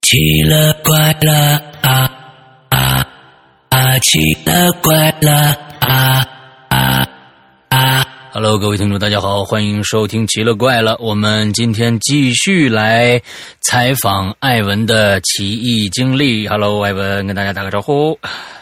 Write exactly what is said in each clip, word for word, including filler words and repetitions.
奇了怪了啊啊啊！奇了怪了啊啊啊 ！Hello， 各位听众，大家好，欢迎收听《奇了怪了》。我们今天继续来采访艾文的奇异经历。Hello， 艾文，跟大家打个招呼。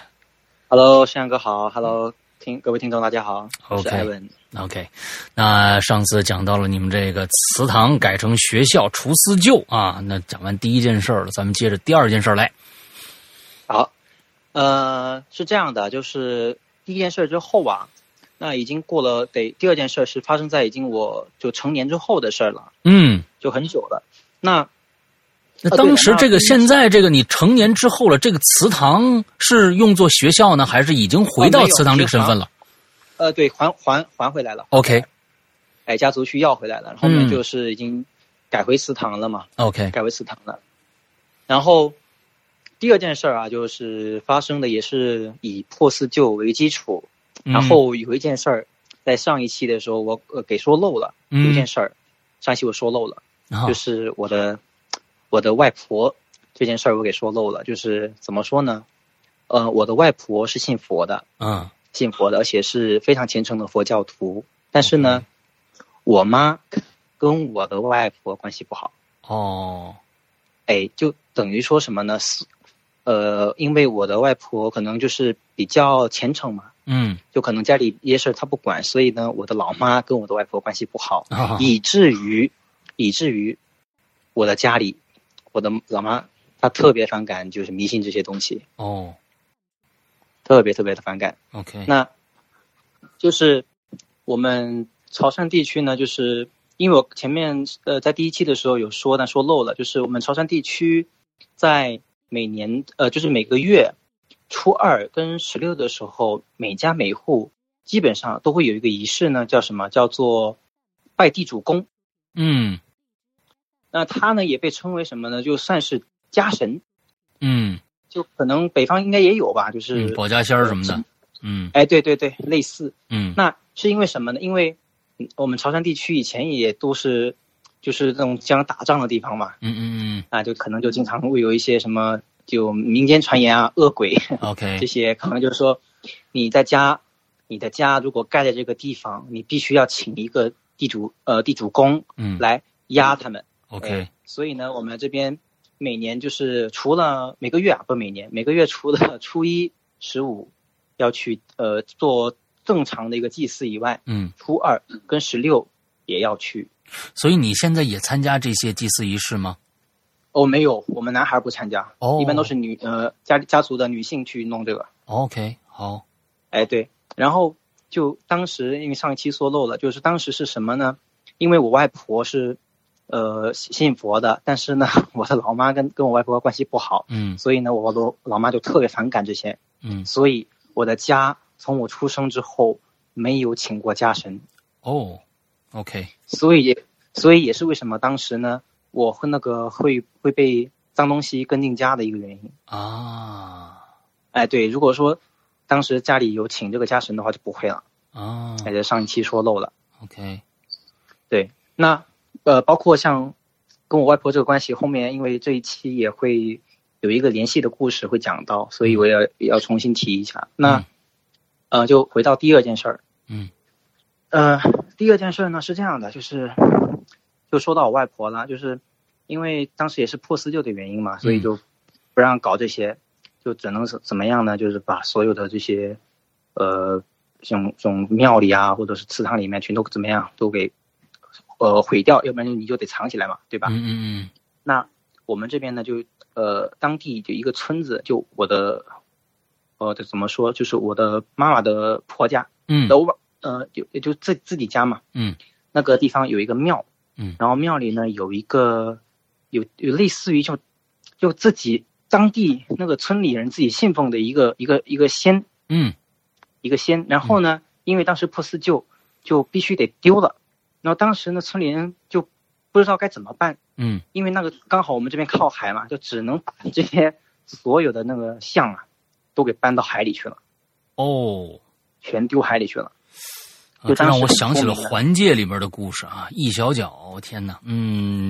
Hello， 山哥好。Hello， 听各位听众大家好，我是艾文。 OK， 那上次讲到了你们这个祠堂改成学校除四旧啊，那讲完第一件事了，咱们接着第二件事来。 好，呃，是这样的，就是第一件事之后啊，那已经过了，得第二件事是发生在已经我就成年之后的事了， 嗯， 就很久了。那那当时这个、啊、现在这个你成年之后了，这个祠堂是用作学校呢，还是已经回到祠堂这个身份了？ 呃，对，还还还回来了。 OK， 哎，家族需要回来了，后面就是已经改回祠堂了嘛。 OK， 改回祠堂了。然后第二件事啊，就是发生的也是以破四旧为基础。 嗯、 然后有一件事儿，在上一期的时候我呃给说漏了。 嗯、 有一件事儿，上一期我说漏了， 哦、 就是我的我的外婆这件事儿我给说漏了，就是怎么说呢？呃，我的外婆是信佛的。 嗯。 信佛的，而且是非常虔诚的佛教徒。但是呢， okay. 我妈跟我的外婆关系不好。 哦， 哎，就等于说什么呢？呃，因为我的外婆可能就是比较虔诚嘛， 嗯， 就可能家里一些事她不管，所以呢，我的老妈跟我的外婆关系不好， 哦、 以至于以至于我的家里，我的老妈她特别反感就是迷信这些东西。 哦。 特别特别的反感。 OK， 那就是我们潮汕地区呢，就是因为我前面呃在第一期的时候有说，但说漏了，就是我们潮汕地区在每年呃就是每个月初二跟十六的时候，每家每户基本上都会有一个仪式呢，叫什么？叫做拜地主公。 嗯， 那它呢也被称为什么呢？就算是家神。 嗯。 就可能北方应该也有吧，就是保家仙儿什么的，嗯， 哎，对对对，类似， 嗯， 那是因为什么呢？因为我们潮汕地区以前也都是就是那种经常打仗的地方嘛， 嗯嗯嗯， 啊，就可能就经常会有一些什么就民间传言啊、恶鬼 ，OK， 这些可能就是说你在家，你的家如果盖在这个地方，你必须要请一个地主呃地主公， 嗯， 来压他们 ，OK， 哎，所以呢，我们这边。每年就是除了每个月啊，不每年每个月除了初一、十五要去呃做正常的一个祭祀以外， 嗯， 初二跟十六也要去。 所以你现在也参加这些祭祀仪式吗？ 哦，没有，我们男孩不参加， 哦， 一般都是女呃家家族的女性去弄这个。 OK， 好， 哎对，然后就当时因为上一期说漏了，就是当时是什么呢？因为我外婆是。呃，信佛的，但是呢，我的老妈跟跟我外婆关系不好， 嗯， 所以呢，我的老妈就特别反感这些， 嗯， 所以我的家从我出生之后没有请过家神。 哦 ，OK， 所以也所以也是为什么当时呢，我和那个会会被脏东西跟进家的一个原因啊。 哎，对，如果说当时家里有请这个家神的话，就不会了啊。 哎，这上一期说漏了。 OK， 对，那。呃，包括像跟我外婆这个关系，后面因为这一期也会有一个联系的故事会讲到，所以我要也要重新提一下。那、嗯、呃，就回到第二件事儿。 嗯。 呃，第二件事呢是这样的，就是就说到我外婆了，就是因为当时也是破四旧的原因嘛，所以就不让搞这些，就只能怎么样呢？就是把所有的这些呃像这种庙里啊，或者是祠堂里面全都怎么样都给。呃，毁掉，要不然你就得藏起来嘛，对吧？ 嗯嗯嗯。 那我们这边呢，就呃，当地就一个村子，就我的，呃，怎么说，就是我的妈妈的婆家， 嗯， 的呃，就也就自自己家嘛， 嗯， 那个地方有一个庙， 嗯， 然后庙里呢有一个有有类似于就就自己当地那个村里人自己信奉的一个一个一个仙， 嗯， 一个仙，然后呢，嗯、因为当时破四旧，就必须得丢了。然后当时呢，村里人就不知道该怎么办， 嗯， 因为那个刚好我们这边靠海嘛，就只能把这些所有的那个像啊，都给搬到海里去了， 哦， 全丢海里去了。 就、啊、让我想起了《环界》里边的故事啊，一小角，天哪，嗯，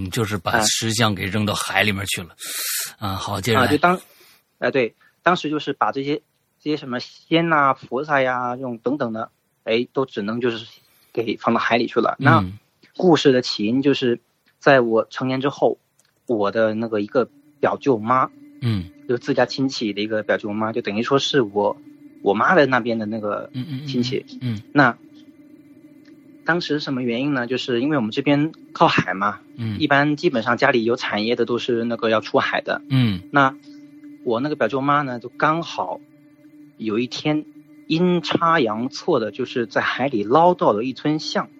嗯，就是把石像给扔到海里面去了。啊，好，接着来。 啊，就当，哎、呃，对，当时就是把这些这些什么仙呐、菩萨呀，这种等等的，哎，都只能就是给放到海里去了。嗯、那故事的起因就是在我成年之后，我的那个一个表舅妈， 嗯， 就自家亲戚的一个表舅妈，就等于说是我我妈的那边的那个亲戚。 嗯，嗯嗯嗯那当时什么原因呢？就是因为我们这边靠海嘛， 嗯， 一般基本上家里有产业的都是那个要出海的。 嗯， 那我那个表舅妈呢，就刚好有一天阴差阳错的，就是在海里捞到了一尊像。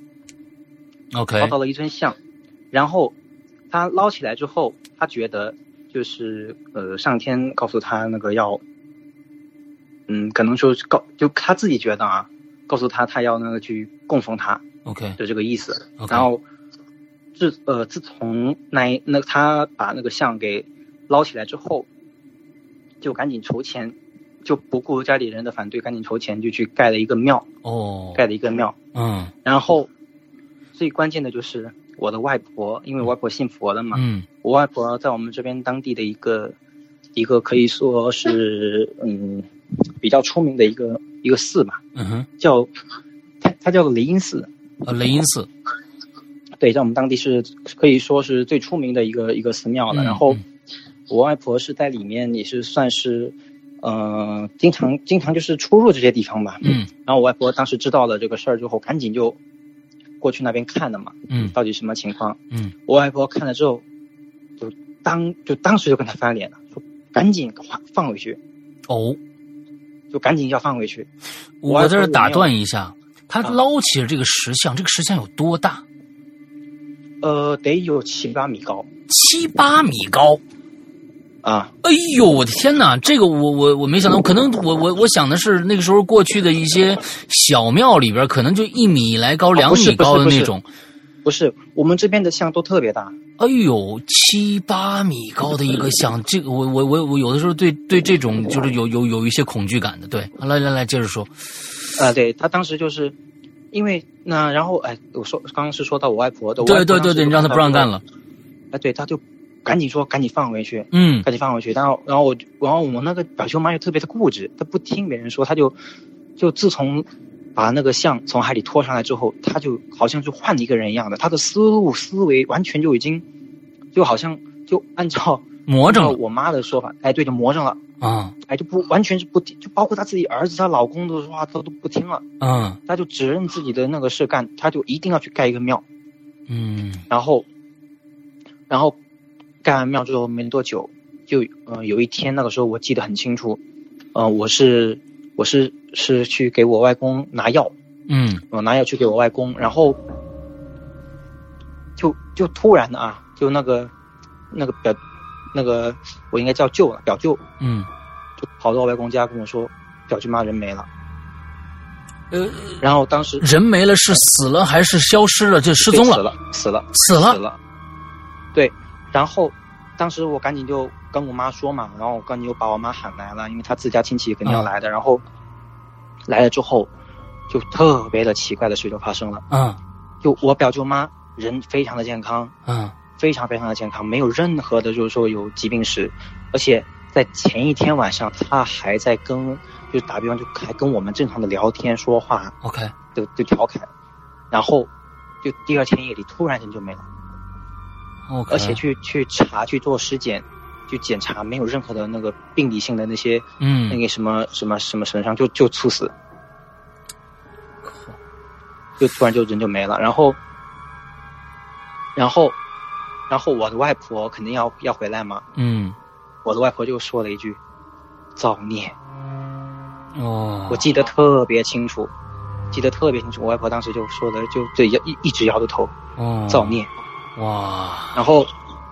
OK， 捞到了一尊像，然后他捞起来之后，他觉得就是呃上天告诉他那个要，嗯，可能说是告就他自己觉得啊，告诉他他要那个去供奉他 ，OK， 就这个意思。 Okay. 然后自呃自从那那他把那个像给捞起来之后，就赶紧筹钱，就不顾家里人的反对，赶紧筹钱就去盖了一个庙。 哦， 盖了一个庙。 嗯， 然后最关键的就是我的外婆，因为我外婆信佛的嘛， 嗯，我外婆在我们这边当地的一个一个可以说是嗯比较出名的一个一个寺吧， 嗯哼， 叫它它叫雷音寺， 啊，雷音寺， 对，在我们当地是可以说是最出名的一个一个寺庙了。 嗯、 然后我外婆是在里面也是算是呃经常经常就是出入这些地方吧， 嗯， 然后我外婆当时知道了这个事儿之后，赶紧就过去那边看了嘛， 嗯， 到底什么情况？ 嗯， 我外婆看了之后，就当就当时就跟他翻脸了，说赶紧放回去。 哦， 就赶紧要放回去。 我在这打断一下，他捞起了这个石像，啊、这个石像有多大？ 呃，得有七八米高。 七八米高。 啊！ 哎呦，我的天哪！这个我我我没想到，可能我我我想的是那个时候过去的一些小庙里边，可能就一米来高、两、哦、米高的那种。 不是，我们这边的像都特别大。 哎呦，七八米高的一个像，这个我我我我有的时候对对这种就是有有有一些恐惧感的。对，来来来，接着说。 啊，对他当时就是因为那，然后哎，我说刚刚是说到我外婆的， 对对对对，你让他不让干了。 哎，对，他就。赶紧说，赶紧放回去， 嗯， 赶紧放回去。然后，然后我，然后我那个表舅妈又特别的固执，她不听别人说，她就，就自从把那个像从海里拖上来之后，她就好像就换了一个人一样的，她的思路思维完全就已经，就好像就按照魔怔了。 我妈的说法，哎，对，就魔怔了啊， 哎，就不完全是不听，就包括她自己儿子、她老公的话，她都不听了， 嗯， 她就只认自己的那个事干，她就一定要去盖一个庙， 嗯， 然后，然后。盖完庙之后没多久，就呃有一天那个时候我记得很清楚，呃我是我是是去给我外公拿药， 嗯， 我拿药去给我外公，然后就就突然的啊，就那个那个表那个我应该叫舅了，表舅， 嗯， 就跑到我外公家跟我说，表舅妈人没了。 呃， 然后当时人没了是死了还是消失了？就失踪了？ 死了，死了， 死了， 死了，对。然后，当时我赶紧就跟我妈说嘛，然后我赶紧就把我妈喊来了，因为她自家亲戚肯定要来的。嗯、然后来了之后，就特别的奇怪的事就发生了。 嗯， 就我表舅妈人非常的健康， 嗯， 非常非常的健康，没有任何的就是说有疾病史，而且在前一天晚上，她还在跟，就打比方就还跟我们正常的聊天说话 ，OK， 就就调侃，然后就第二天夜里突然人就没了。 Okay. 而且去去查去做尸检，去检查没有任何的那个病理性的那些， 嗯， 那个什么什么什么损伤，就就猝死，就突然就人就没了。然后，然后，然后我的外婆肯定要要回来嘛， 嗯， 我的外婆就说了一句造孽。 哦， 我记得特别清楚，记得特别清楚，我外婆当时就说的就对一一直摇着头， 哦， 造孽。 哇， 然后，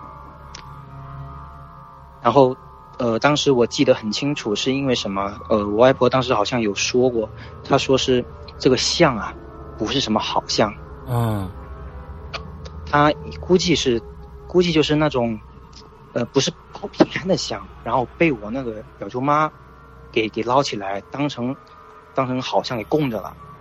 然后，呃，当时我记得很清楚，是因为什么？呃，我外婆当时好像有说过，她说是这个像啊，不是什么好像， 嗯， 她估计是，估计就是那种，呃，不是保平安的像，然后被我那个表舅妈给给捞起来，当成当成好像给供着了。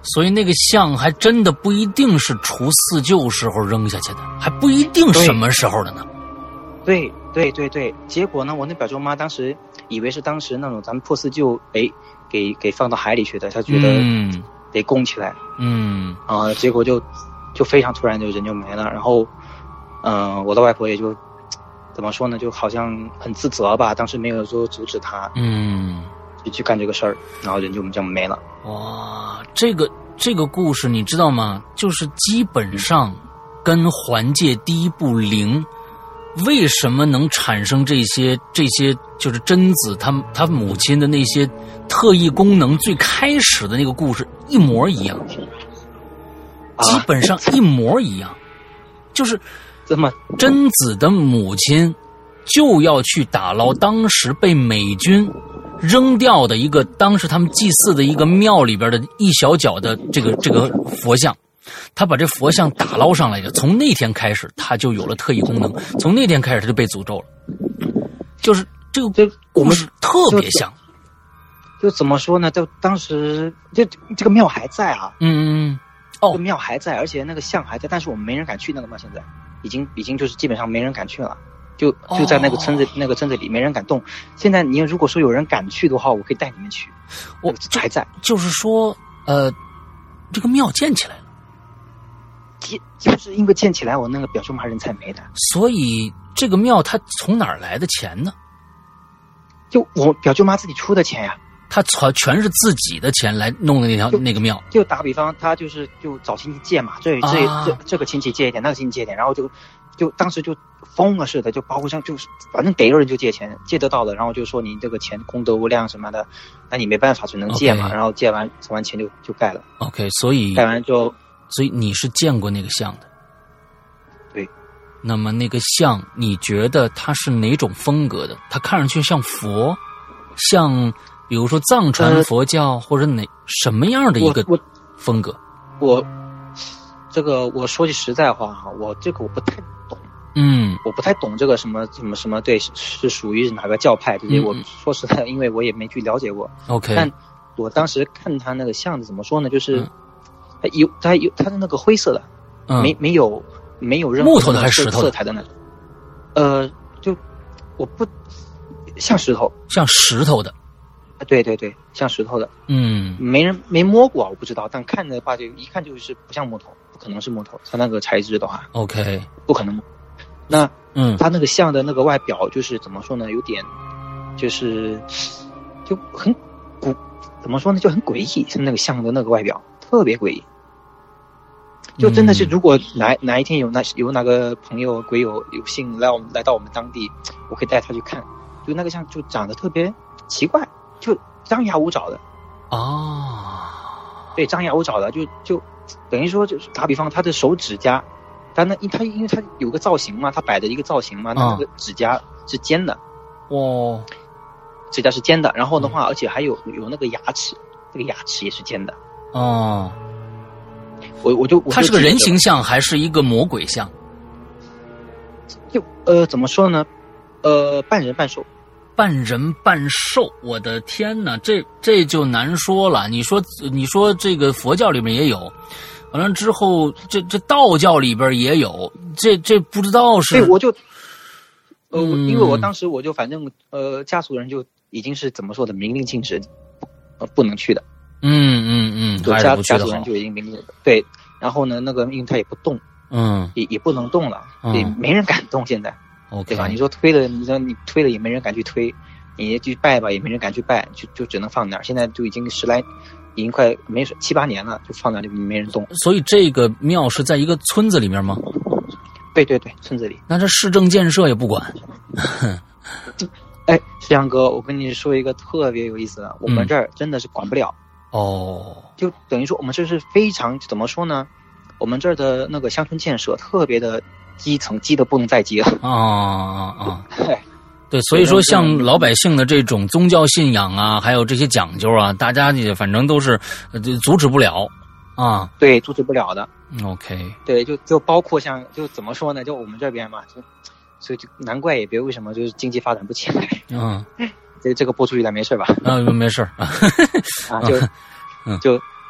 所以那个像还真的不一定是除四旧时候扔下去的，还不一定什么时候的呢。 对对对对，结果呢，我那表舅妈当时以为是当时那种咱们破四旧，哎，给给放到海里去的，她觉得得供起来， 嗯啊、呃，结果就就非常突然就人就没了，然后，嗯、呃，我的外婆也就怎么说呢，就好像很自责吧，当时没有说阻止她， 嗯， 就去干这个事儿，然后人就这么没了。 哇，这个这个故事你知道吗？就是基本上跟环界第一部零。为什么能产生这些这些就是贞子他他母亲的那些特异功能最开始的那个故事一模一样，基本上一模一样，就是这么贞子的母亲就要去打捞当时被美军扔掉的一个当时他们祭祀的一个庙里边的一小角的这个这个佛像。他把这佛像打捞上来的，从那天开始他就有了特异功能，从那天开始他就被诅咒了。就是这个故事特别像， 就, 就, 就怎么说呢？就当时就这个庙还在啊， 嗯嗯，哦， 这个庙还在，而且那个像还在，但是我们没人敢去那个庙，现在已经已经就是基本上没人敢去了，就就在那个村子、哦、那个村子里没人敢动。现在你如果说有人敢去的话，我可以带你们去， 我还在。 就是说，呃，这个庙建起来了。 就是因为建起来，我那个表舅妈人才没的。 所以这个庙它从哪儿来的钱呢？ 就我表舅妈自己出的钱呀、啊。 他全全是自己的钱来弄的那条那个庙。 就打比方，他就是就找亲戚借嘛，这这、啊、这这个亲戚借一点，那个亲戚借一点，然后就就当时就疯了似的，就包括像就是反正逮着人就借钱，借得到的，然后就说你这个钱功德无量什么的，那你没办法只能借嘛， okay. 然后借完借完钱就就盖了。 OK， 所以盖完就。 所以你是见过那个像的， 对。 那么那个像，你觉得它是哪种风格的？它看上去像佛，像比如说藏传佛教、呃、或者哪什么样的一个风格？ 我, 我这个我说句实在话哈，我这个我不太懂， 嗯， 我不太懂这个什么什么什么，对，是是属于哪个教派这些、嗯，我说实在，因为我也没去了解过。 OK， 但我当时看他那个像子怎么说呢，就是。嗯它有，它有它的那个灰色的，嗯、没没有没有任何木头的还是石头的色彩的那种，呃，就我不像石头， 像石头的， 对对对，像石头的， 嗯， 没人没摸过，我不知道，但看的话就一看就是不像木头，不可能是木头，它那个材质的话 ，OK， 不可能。那嗯， 它那个像的那个外表就是怎么说呢，有点就是就很古，怎么说呢，就很诡异，是那个像的那个外表特别诡异。就真的是，如果哪哪一天有那有哪个朋友鬼友有幸来我们来到我们当地，我可以带他去看。就那个像就长得特别奇怪，就张牙舞爪的。 哦， 对，张牙舞爪的，就就等于说就是打比方，他的手指甲，他那他因为他有个造型嘛，他摆的一个造型嘛，那那个指甲是尖的。 哦， 指甲是尖的，然后的话，而且还有有那个牙齿，这个牙齿也是尖的。 哦。 我我就它是个人形像还是一个魔鬼像？ 就呃怎么说呢？呃，半人半兽。 半人半兽，我的天哪，这这就难说了。你说你说这个佛教里面也有，完了之后这这道教里边也有，这这不知道是。 对，我就呃、嗯，因为我当时我就反正呃家属人就已经是怎么说的，明令禁止，呃不能去的。 嗯嗯嗯， 就家家属人就已经明令对，然后呢，那个因为他也不动， 嗯， 也也不能动了，也、嗯、没人敢动现在， okay. 对吧？你说推了，你说你推了也没人敢去推，你去拜吧也没人敢去拜，就就只能放那儿。现在就已经十来，已经快没七八年了，就放那儿就没人动。 所以这个庙是在一个村子里面吗？ 对对对，村子里。 那这市政建设也不管。 哎，石阳哥，我跟你说一个特别有意思的，我们这儿真的是管不了。 嗯哦， 就等于说我们这是非常怎么说呢？我们这儿的那个乡村建设特别的基层，基的不能再基了。 啊啊啊！对，所以说像老百姓的这种宗教信仰啊，还有这些讲究啊，大家也反正都是阻止不了啊。 对，阻止不了的。 OK。对， 就就包括像就怎么说呢？就我们这边嘛，就所以就难怪也别为什么就是经济发展不起来。嗯。这这个播出去了没事吧？ 啊，没事啊。 啊，就，就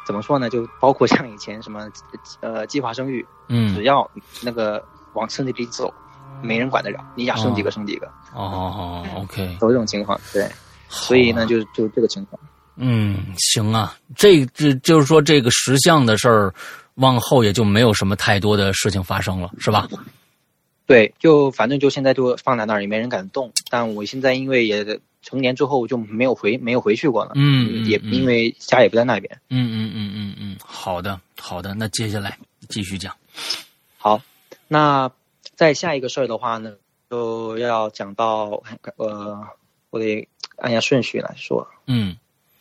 怎么说呢？就包括像以前什么呃计划生育， 嗯， 只要那个往生殖里走，没人管得了，你想生几个生几个。 哦 ，OK， 都这种情况，对，所以呢，就就这个情况。 嗯，行啊，这这就是说这个十项的事儿，往后也就没有什么太多的事情发生了，是吧？ 对，就反正就现在就放在那儿，也没人敢动。但我现在因为也成年之后就没有回没有回去过了， 嗯， 也因为家也不在那边。 嗯嗯嗯嗯嗯，好的好的，那接下来继续讲。 好，那再下一个事儿的话呢，就要讲到呃，我得按下顺序来说。 嗯，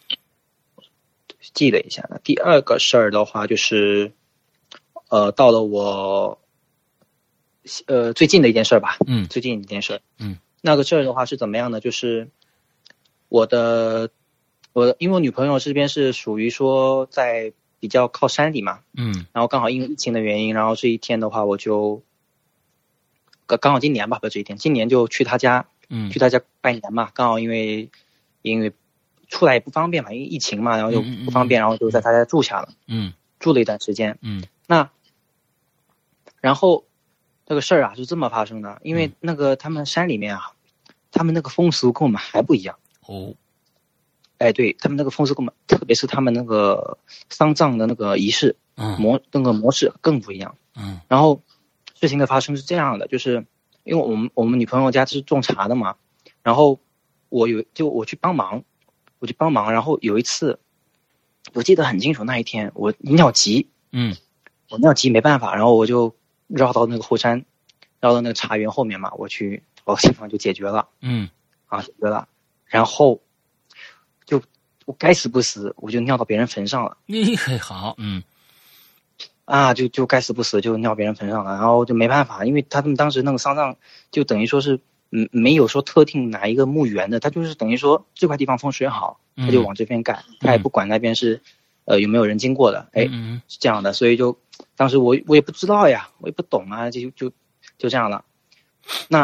记得一下。第二个事儿的话，就是呃，到了我呃最近的一件事吧。 嗯， 最近一件事。 嗯， 那个事儿的话是怎么样呢？就是我的我的因为我女朋友这边是属于说在比较靠山里嘛。 嗯， 然后刚好因为疫情的原因，然后这一天的话我就刚好今年吧，不是这一天，今年就去她家。 嗯， 去她家拜年嘛，刚好因为因为出来也不方便嘛，因为疫情嘛，然后就不方便，嗯嗯嗯，然后就在她家住下了。嗯，住了一段时间。嗯，那然后这个事儿啊是这么发生的，因为那个他们山里面啊，他们那个风俗跟我们还不一样。哦，哎，对他们那个风俗跟我们，特别是他们那个丧葬的那个仪式，嗯，模那个模式更不一样。嗯，然后事情的发生是这样的，就是因为我们我们女朋友家是种茶的嘛，然后我有就我去帮忙，我去帮忙，然后有一次我记得很清楚，那一天我尿急。嗯，我尿急没办法，然后我就绕到那个后山，绕到那个茶园后面嘛，我去找个地方就解决了。嗯，啊，解决了，然后就我该死不死，我就尿到别人坟上了。 你好，嗯， 啊，就就该死不死就尿别人坟上了，然后就没办法，因为他们当时那个丧葬就等于说是嗯没有说特定哪一个墓园的，他就是等于说这块地方风水好，他就往这边盖，嗯、他也不管那边是呃有没有人经过的，哎，嗯、是这样的，所以就当时我我也不知道呀，我也不懂啊，就就就这样了，那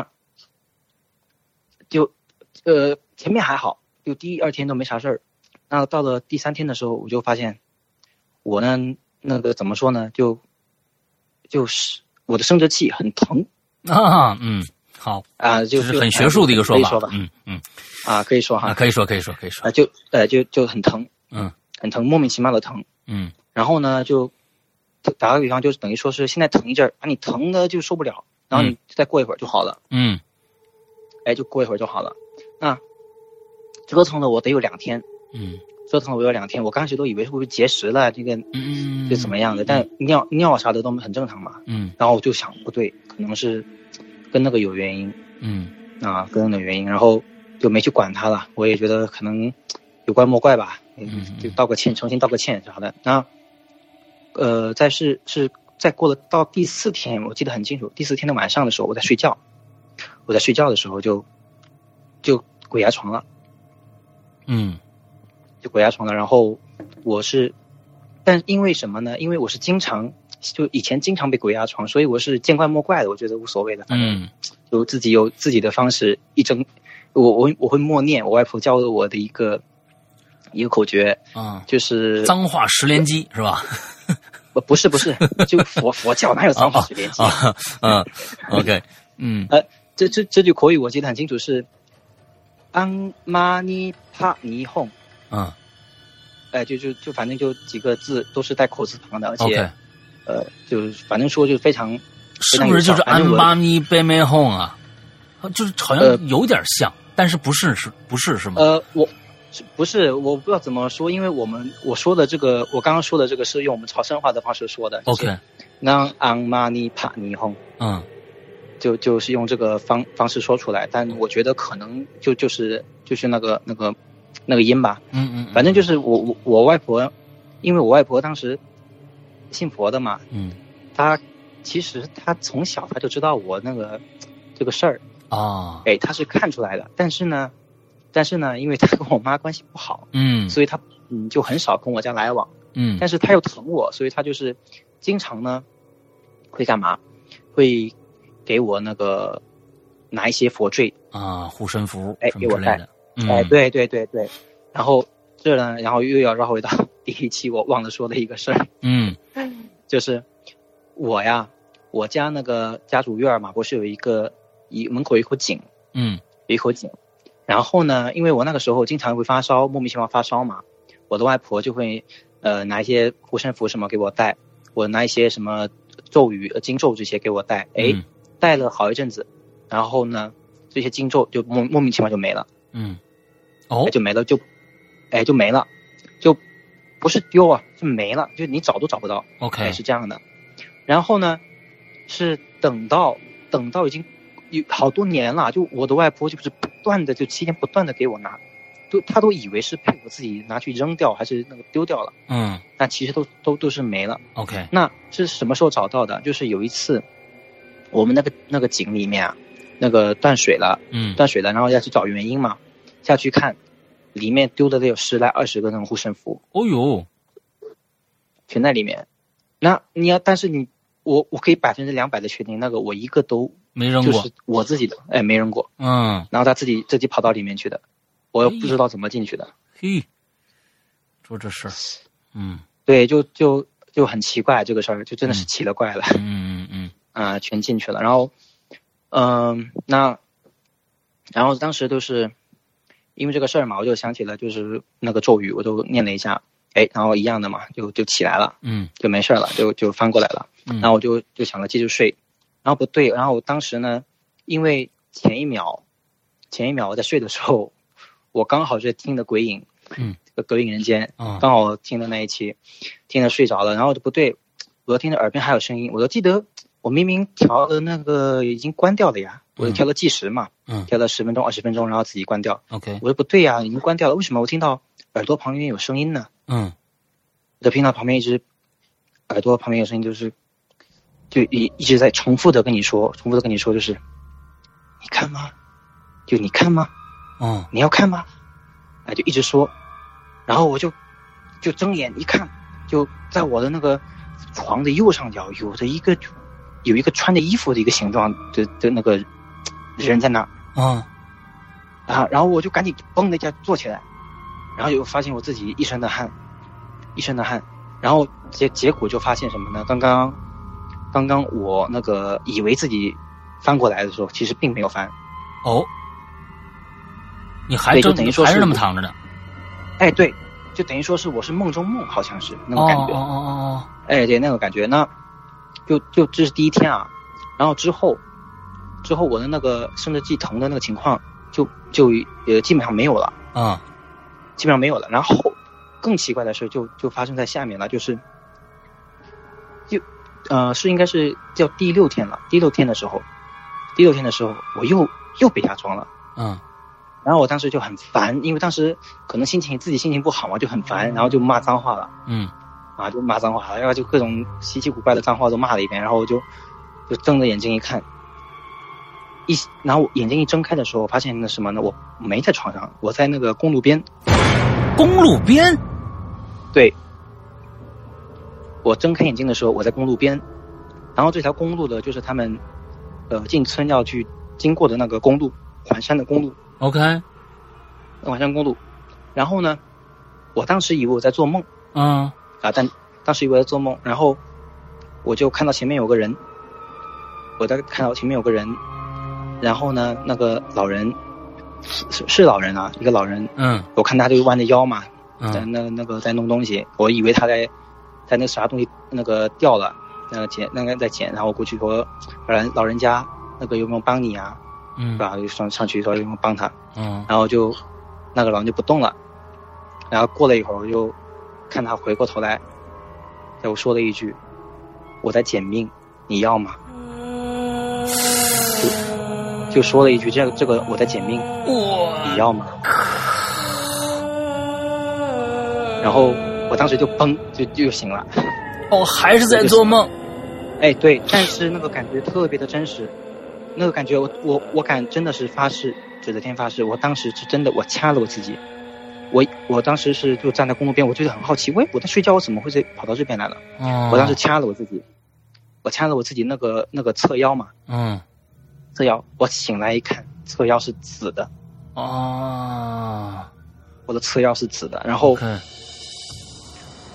就呃前面还好，就第二天都没啥事儿，那到了第三天的时候，我就发现我呢。那个怎么说呢？就就是我的生殖器很疼啊，嗯，好啊，就是很学术的一个说法， 说吧， 嗯嗯， 啊，可以说哈， 啊、可以说可以说可以说啊，就呃就就很疼， 嗯， 很疼，莫名其妙的疼， 嗯， 然后呢，就打个比方，就是等于说是现在疼一阵儿，把你疼的就受不了，然后你再过一会儿就好了，嗯，哎，就过一会儿就好了，那折腾了我得有两天，嗯。折腾了我有两天，我刚开始都以为会不会结石了，这个就怎么样的，但尿尿啥的都很正常嘛。嗯，然后我就想不对，可能是跟那个有原因。嗯，啊，跟那个原因，然后就没去管它了。我也觉得可能有怪莫怪吧，嗯，就道个歉，诚心道个歉啥的。那呃，在是是在过了到第四天，我记得很清楚，第四天的晚上的时候，我在睡觉，我在睡觉的时候就就鬼压床了。嗯。就鬼压床了，然后我是，但因为什么呢？因为我是经常，就以前经常被鬼压床，所以我是见怪莫怪的，我觉得无所谓的，反正就自己有自己的方式，一睁，我我我会默念我外婆教了我的一个一个口诀啊，就是脏话十连击是吧？ 不不是不是，就佛佛教哪有脏话十连击啊？嗯 ，OK， 嗯， 呃，这这这句口语我记得很清楚，是安玛尼帕尼哄。嗯，哎，就就就反正就几个字都是带口字旁的，而且， okay. 呃，就是反正说就非常， 是不是就是安妈咪贝妹哄啊？就是好像有点像，呃、但是不是是不是是吗？ 呃，我不是我不知道怎么说，因为我们我说的这个，我刚刚说的这个是用我们潮汕话的方式说的。 OK， 那安妈咪帕尼哄，嗯，就就是用这个方方式说出来，但我觉得可能就就是就是那个那个。那个音吧，嗯嗯，反正就是我我我外婆，因为我外婆当时信佛的嘛，嗯，她其实她从小她就知道我那个这个事儿啊，哎，她是看出来的，但是呢，但是呢，因为她跟我妈关系不好，嗯，所以她嗯就很少跟我家来往，嗯，但是她又疼我，所以她就是经常呢会干嘛，会给我那个拿一些佛坠啊、护身符哎给我带。哎，对对对对，然后这呢，然后又要绕回到第一期我忘了说的一个事儿， 嗯， 就是我呀，我家那个家族院嘛，不是有一个一门口有一口井， 嗯， 有一口井。然后呢，因为我那个时候经常会发烧，莫名其妙发烧嘛，我的外婆就会呃拿一些护身符什么给我带，我拿一些什么咒语、呃经咒这些给我带，哎， 嗯、 带了好一阵子，然后呢，这些经咒就莫莫名其妙就没了， 嗯，哦， 就没了，就，哎，就没了，就不是丢啊，就没了，就你找都找不到。 OK， 哎，是这样的。然后呢，是等到等到已经有好多年了，就我的外婆就是不断的就期间不断的给我拿，就她都以为是被我自己拿去扔掉还是那个丢掉了， 嗯， 但其实都都都是没了。 OK， 那是什么时候找到的？就是有一次，我们那个那个井里面啊，那个断水了， 嗯， 断水了，然后要去找原因嘛，下去看，里面丢的得有十来二十个那种护身符， 哦呦， 全在里面。那你要，但是你我我可以百分之两百的确定，那个我一个都没扔过， 就是我自己的，哎，没扔过。 嗯， 然后他自己自己跑到里面去的，我又不知道怎么进去的。 嘿，说这事儿，嗯， 对，就就就很奇怪这个事儿，就真的是奇了怪了。 嗯嗯嗯啊、呃，全进去了。然后，嗯、呃，那，然后当时都是因为这个事儿嘛，我就想起了就是那个咒语，我都念了一下，哎，然后一样的嘛，就就起来了， 嗯， 就没事了，就就翻过来了。 嗯， 然后我就就想着继续睡，然后不对，然后我当时呢，因为前一秒，前一秒我在睡的时候，我刚好是听的鬼影， 嗯， 这个鬼影人间， 嗯， 刚好听的那一期，听着睡着了，然后就不对，我就听着耳边还有声音，我都记得我明明调的那个已经关掉了呀，我就调了计时嘛， 嗯， 调了十分钟、二十分钟，然后自己关掉。 OK， 我说不对呀，已经关掉了，为什么我听到耳朵旁边有声音呢？ 嗯， 我就听到旁边一直耳朵旁边有声音，就是就一一直在重复的跟你说，重复的跟你说，就是你看吗？就你看吗？ 嗯， 你要看吗？哎，就一直说，然后我就就睁眼一看，就在我的那个床的右上角有着一个有一个穿着衣服的一个形状的的那个人在那儿， 嗯， 啊，然后我就赶紧嘣的一下坐起来，然后又发现我自己一身的汗，一身的汗，然后结结果就发现什么呢？刚刚刚刚我那个以为自己翻过来的时候，其实并没有翻。 哦，你还就等于说还是那么躺着的？ 哎，对，就等于说是我是梦中梦，好像是那个感觉。 哦哦哦哦， 哎，对，那个感觉。那就就这是第一天啊，然后之后之后我的那个生殖器疼的那个情况就就呃基本上没有了， 嗯， 基本上没有了。然后更奇怪的事就就发生在下面了，就是就呃是应该是叫第六天了，第六天的时候，第六天的时候我又又被压疮了， 嗯。 然后我当时就很烦，因为当时可能心情自己心情不好嘛，就很烦，然后就骂脏话了， 嗯， 啊，就骂脏话了，然后就各种稀奇古怪的脏话都骂了一遍，然后我就就睁着眼睛一看，一然后眼睛一睁开的时候，我发现那什么呢？我没在床上，我在那个公路边。 公路边？ 对，我睁开眼睛的时候，我在公路边，然后这条公路的就是他们呃进村要去经过的那个公路，环山的公路。 OK， 环山公路，然后呢，我当时以为我在做梦， 嗯啊，但当时以为在做梦，然后我就看到前面有个人，我在看到前面有个人，然后呢，那个老人是是老人啊，一个老人， 嗯， 我看他就弯着腰嘛， 嗯在那那个在弄东西，我以为他在在那啥东西那个掉了，那个捡那个在捡，然后我过去说，老人老人家那个有没有帮你啊？ 嗯， 是吧？就上上去说有没有帮他？ 嗯， 然后就那个老人就不动了，然后过了一会儿，我就看他回过头来，对我说了一句：“我在捡命，你要吗？”就就说了一句：“这个这个我在捡命，你要吗？”然后我当时就砰就就醒了。 哦，还是在做梦。 哎，对，但是那个感觉特别的真实。那个感觉我，我我我敢真的是发誓，指着天发誓，我当时是真的，我掐了我自己，我我当时是就站在公路边，我觉得很好奇，喂，我在睡觉，我怎么会跑到这边来了？ 哦， 我当时掐了我自己，我掐了我自己那个那个侧腰嘛， 嗯， 侧腰，我醒来一看，侧腰是紫的， 哦， 我的侧腰是紫的，然后 okay.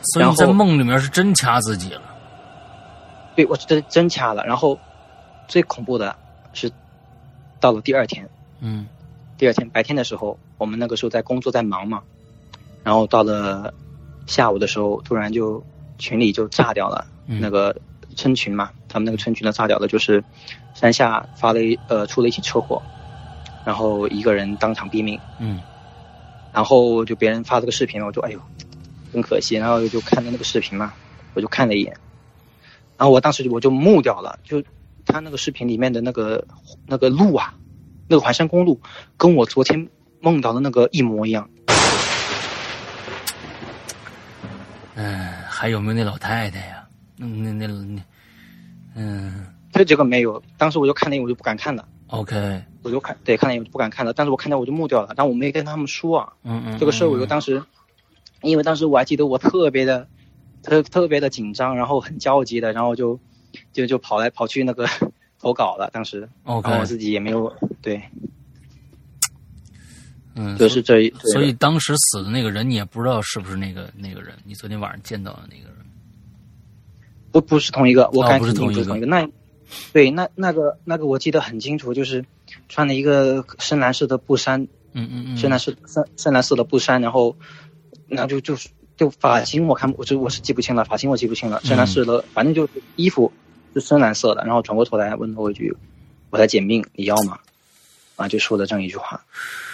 所以你在梦里面是真掐自己了？ 对，我真真掐了。然后最恐怖的是到了第二天， 嗯， 第二天白天的时候，我们那个时候在工作在忙嘛，然后到了下午的时候，突然就群里就炸掉了， 嗯、 那个村群嘛，他们那个村群的炸掉了，就是山下发了一呃出了一起车祸，然后一个人当场毙命， 嗯， 然后就别人发这个视频嘛，我就哎呦真可惜，然后就看着那个视频嘛，我就看了一眼，然后我当时我就木掉了，就他那个视频里面的那个那个路啊，那个环山公路跟我昨天梦到的那个一模一样。 嗯，还有没有那老太太呀？嗯，那那那，嗯， 这这个没有，当时我就看了一眼，我就不敢看了。 OK， 我就看，对，看了一眼我就不敢看了。但是我看到我就木掉了，但我没跟他们说啊。 嗯嗯， 这个事儿我就当时，因为当时我还记得我特别的，特特别的紧张，然后很焦急的，然后就就就跑来跑去那个投稿了。当时， OK， 然后我自己也没有对。 嗯， 就是这一， 所以当时死的那个人，你也不知道是不是那个那个人，你昨天晚上见到的那个人， 不不是同一个，我敢肯定不是同一个。那，对，那那个那个我记得很清楚，就是穿了一个深蓝色的布衫， 嗯嗯嗯， 深蓝色深深蓝色的布衫，然后，那就就就发型我看我就我是记不清了，发型我记不清了，深蓝色的，反正就衣服是深蓝色的，然后转过头来问了我一句：“我在捡命，你要吗？”啊，就说了这样一句话。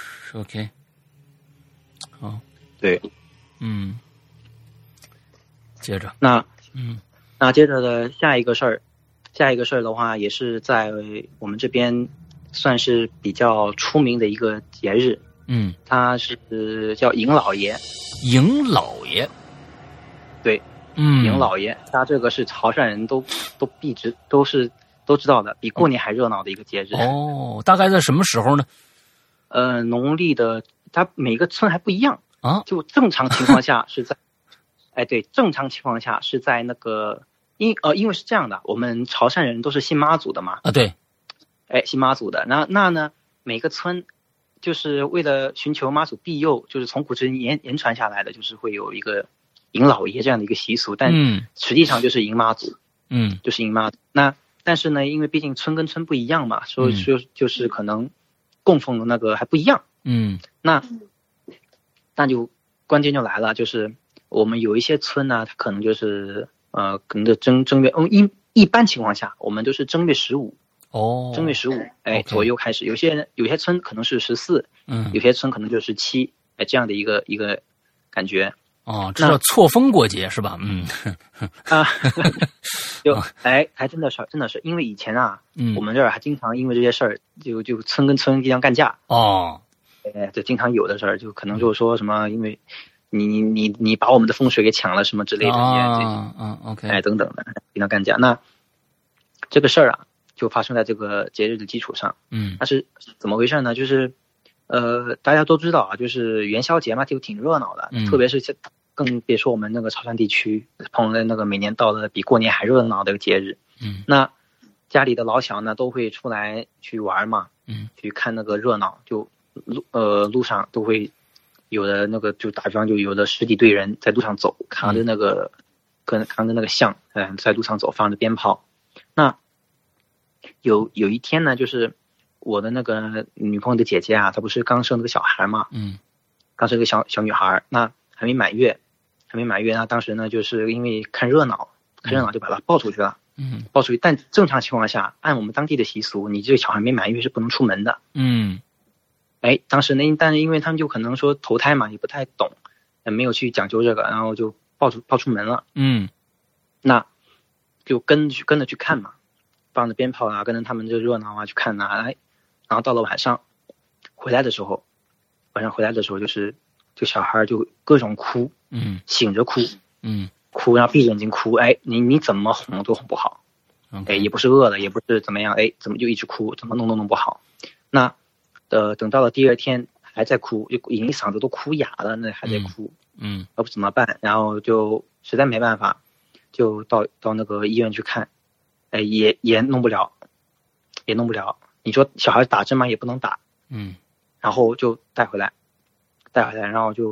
OK， 好， 对， 嗯，接着， 那， 嗯， 那接着的下一个事儿，下一个事儿的话，也是在我们这边算是比较出名的一个节日， 嗯， 它是叫迎老爷。 迎老爷， 对， 嗯， 迎老爷，他这个是潮汕人都都必知，都是都知道的，比过年还热闹的一个节日。 哦，大概在什么时候呢？ 呃，农历的，它每个村还不一样啊。 就正常情况下是在，哎，对，正常情况下是在那个，因呃，因为是这样的，我们潮汕人都是信妈祖的嘛。 啊，对。 哎，信妈祖的，那那呢，每个村就是为了寻求妈祖庇佑，就是从古至今延延传下来的，就是会有一个迎老爷这样的一个习俗，但实际上就是迎妈祖， 嗯， 就是迎妈祖。那但是呢，因为毕竟村跟村不一样嘛，所以说就是可能供奉的那个还不一样， 嗯， 那那就关键就来了，就是我们有一些村呢，它可能就是呃，可能的正正月，嗯，一一般情况下，我们都是正月十五， 哦， 正月十五，哎 okay 左右开始，有些有些村可能是十四， 嗯， 有些村可能就十七，哎，这样的一个一个感觉。 哦，这叫错峰过节是吧？嗯， 啊，就哎，还真的是，真的是，因为以前啊， 嗯， 我们这儿还经常因为这些事儿，就就村跟村经常干架。 哦， 哎，就经常有的事儿，就可能就是说什么，因为你你你你把我们的风水给抢了什么之类的， 啊啊 ，OK， 哎等等的，经常干架。那这个事儿啊，就发生在这个节日的基础上。 嗯， 那是怎么回事呢？就是呃，大家都知道啊，就是元宵节嘛，就挺热闹的， 嗯、 特别是更别说我们那个潮汕地区，碰了那个每年到了比过年还热闹的一个节日。 嗯， 那家里的老小呢，都会出来去玩嘛， 嗯， 去看那个热闹，就路呃路上都会有的那个，就打比方，就有的十几队人在路上走，扛着那个跟扛着那个象，嗯、呃，在路上走，放着鞭炮。那有有一天呢，就是我的那个女朋友的姐姐啊，她不是刚生了个小孩嘛， 嗯， 刚生个小小女孩，那还没满月，还没满月，那当时呢，就是因为看热闹，看热闹就把她抱出去了， 嗯， 抱出去。但正常情况下，按我们当地的习俗，你这个小孩没满月是不能出门的， 嗯， 哎，当时呢，但是因为他们就可能说投胎嘛，也不太懂，也没有去讲究这个，然后就抱出抱出门了， 嗯， 那就跟去跟着去看嘛，放着鞭炮啊，跟着他们这热闹啊去看啊，哎，然后到了晚上回来的时候，晚上回来的时候就是就小孩就各种哭， 嗯， 醒着哭， 嗯， 哭，然后闭着眼睛哭，哎，你你怎么哄都哄不好， okay. 哎，也不是饿了，也不是怎么样，哎，怎么就一直哭，怎么弄都弄不好，那呃等到了第二天还在哭，就已经嗓子都哭哑了，那还在哭， 嗯， 要不怎么办？然后就实在没办法，就到到那个医院去看，哎，也也弄不了，也弄不了。你说小孩打针嘛，也不能打， 嗯， 然后就带回来，带回来，然后就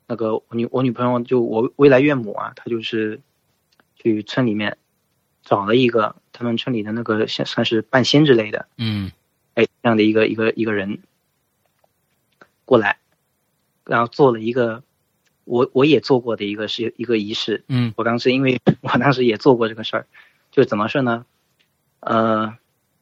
那个我女我女朋友就我未来岳母啊，她就是去村里面找了一个他们村里的那个算是半仙之类的， 嗯， 哎，这样的一个一个一个人过来，然后做了一个我我也做过的一个是一个仪式， 嗯， 我当时因为我当时也做过这个事儿，就怎么说呢？呃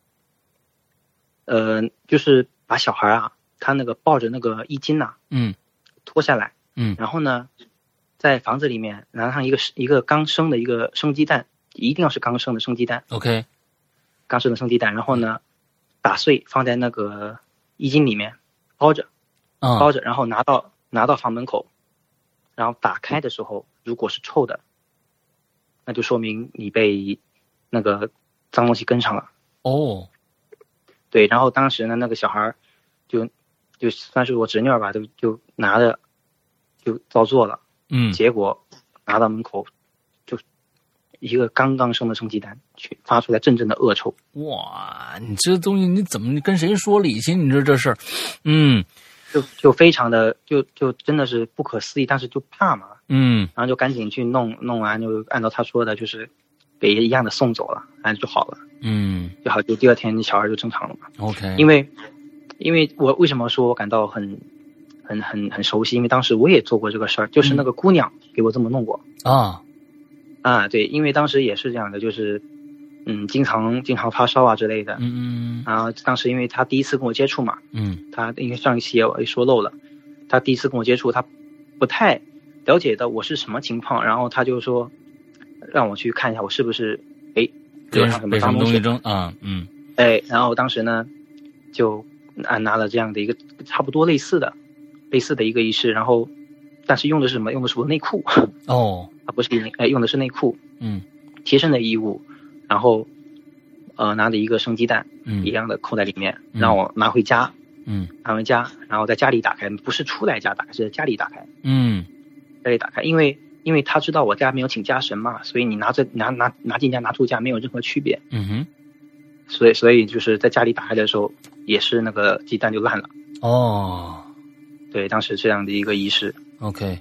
呃，就是把小孩啊，他那个抱着那个衣襟呐、啊， 嗯， 脱下来， 嗯， 然后呢，在房子里面拿上一个一个刚生的一个生鸡蛋，一定要是刚生的生鸡蛋 ，OK， 刚生的生鸡蛋，然后呢，打碎放在那个衣襟里面包着， 嗯， 包着，然后拿到拿到房门口，然后打开的时候，如果是臭的，那就说明你被那个脏东西跟上了。 哦， 对，然后当时呢，那个小孩就就算是我侄女儿吧，就就拿着就照做了， 嗯， 结果拿到门口，就一个刚刚生的生鸡蛋，去发出来阵阵的恶臭。 哇，你这东西你怎么跟谁说理去？你说这事儿，嗯， 就就非常的就就真的是不可思议，但是就怕嘛， 嗯， 然后就赶紧去弄弄完，就按照他说的，就是给一样的送走了，然后就好了， 嗯， 就好，就第二天小孩就正常了嘛。 OK， 因为因为我为什么说我感到很很很很熟悉？因为当时我也做过这个事儿，就是那个姑娘给我这么弄过啊啊，对，因为当时也是这样的，就是嗯，经常经常发烧啊之类的， 嗯嗯， 然后当时因为他第一次跟我接触嘛， 嗯， 他因为上一期也说漏了，他第一次跟我接触，他不太了解到我是什么情况，然后他就说让我去看一下我是不是哎惹上什么脏东西扔啊，嗯， 哎，然后当时呢就啊拿了这样的一个差不多类似的类似的一个仪式，然后但是用的是什么？用的是我的内裤哦， 啊不是哎用的是内裤， 嗯， 贴身的衣物，然后呃拿着一个生鸡蛋， 嗯， 一样的扣在里面，让我拿回家， 嗯， 拿回家，然后在家里打开，不是出来家打开，是在家里打开， 嗯， 家里打开，因为因为他知道我家没有请家神嘛，所以你拿着拿拿拿进家拿出家没有任何区别， 嗯哼， 所以所以就是在家里打开的时候，也是那个鸡蛋就烂了。 哦， 对，当时这样的一个仪式。 OK，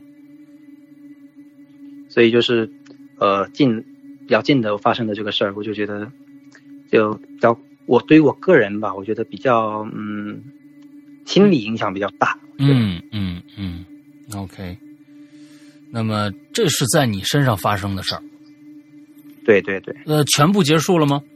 所以就是呃近比较近的发生的这个事儿，我就觉得就比较我对于我个人吧，我觉得比较嗯心理影响比较大。 嗯嗯嗯 ，OK。那么这是在你身上发生的事儿？ 对对对。 呃，全部结束了吗？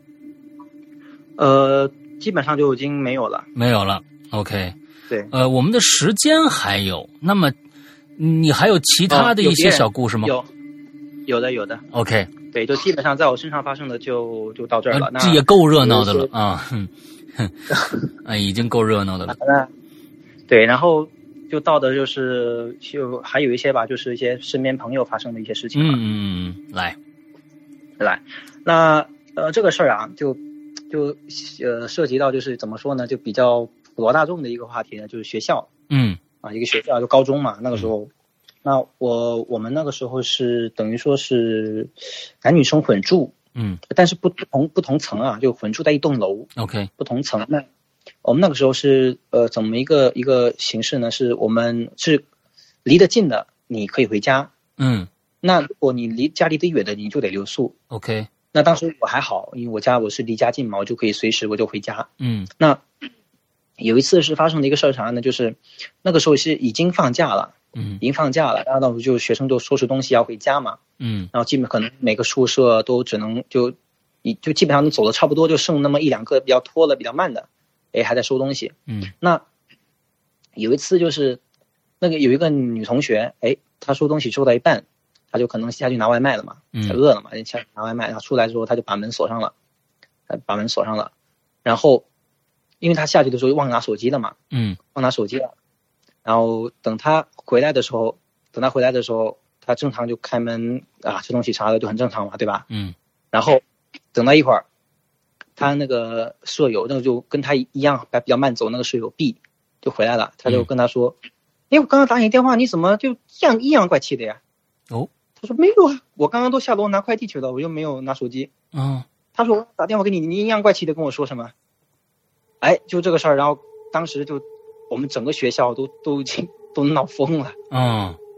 呃，基本上就已经没有了。 没有了。OK。 对。 呃，我们的时间还有，那么你还有其他的一些小故事吗？ 哦、有，有的有的。 OK。 对，就基本上在我身上发生的就就到这儿了。 呃、这也够热闹的了啊！哼哼，啊，已经够热闹的了。 对，然后就到的就是就还有一些吧，就是一些身边朋友发生的一些事情。 嗯嗯嗯，来， 来，那呃这个事儿啊，就就呃涉及到就是怎么说呢，就比较普罗大众的一个话题呢，就是学校。 嗯。 啊，一个学校就高中嘛，那个时候。嗯，那我我们那个时候是等于说是男女生混住， 嗯， 但是不同不同层啊，就混住在一栋楼 ，OK， 不同层。那我们那个时候是呃怎么一个一个形式呢？是我们是离得近的，你可以回家， 嗯， 那如果你离家离得远的，你就得留宿 ，OK。 那当时我还好，因为我家我是离家近嘛，我就可以随时我就回家， 嗯。 那有一次是发生的一个事儿啥呢？就是那个时候是已经放假了。 嗯， 已经放假了，然后呢，就学生都收拾东西要回家嘛， 嗯， 然后基本可能每个宿舍都只能就，就基本上走的差不多，就剩那么一两个比较拖的比较慢的，哎，还在收东西， 嗯， 那有一次就是那个有一个女同学，哎，她收东西收到一半，她就可能下去拿外卖了嘛， 嗯， 她饿了嘛，下去拿外卖，然后出来之后她就把门锁上了，把门锁上了，然后因为她下去的时候忘拿手机了嘛， 嗯， 忘拿手机了。然后等他回来的时候，等他回来的时候，他正常就开门啊，吃东西啥的就很正常嘛，对吧？ 嗯。 然后等到一会儿，他那个舍友，那个就跟他一样比较慢走，那个舍友 B 就回来了，他就跟他说：“哎、嗯，我刚刚打你电话，你怎么就一样异样怪气的呀？” 哦， 他说：“没有啊，我刚刚都下楼拿快递去了，我又没有拿手机。” 嗯。 他说：“打电话给你，你异样怪气的跟我说什么？”哎，就这个事儿，然后当时就。我们整个学校都都已经都闹疯了， 嗯，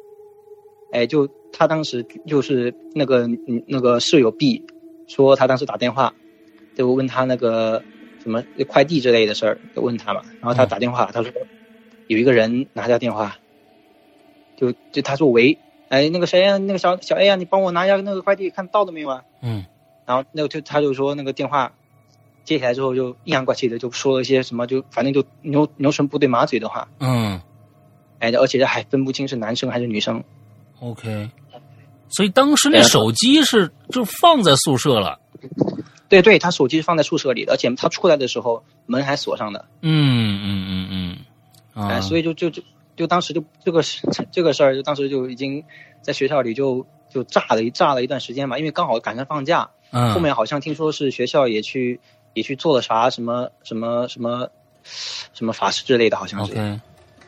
哎，就他当时就是那个那个室友 B 说他当时打电话，就问他那个什么快递之类的事儿，就问他嘛。然后他打电话，他说有一个人拿掉电话，就就他说喂，哎，那个谁啊，那个小小 A 啊，你帮我拿一下那个快递，看到了没有啊？ 嗯。 然后那个就他就说那个电话接起来之后就阴阳怪气的，就说了一些什么，就反正就牛牛唇不对马嘴的话。 嗯。 哎，而且还分不清是男生还是女生。 OK。所以当时那手机是就放在宿舍了。 对对，他手机是放在宿舍里的，而且他出来的时候门还锁上的。 嗯嗯嗯嗯。啊、 哎，所以就就就就当时就这个这个事儿，就当时就已经在学校里就就炸了一炸了一段时间嘛，因为刚好赶上放假。 嗯。 后面好像听说是学校也去也去做了啥什么什么什么什么法事之类的，好像是。 OK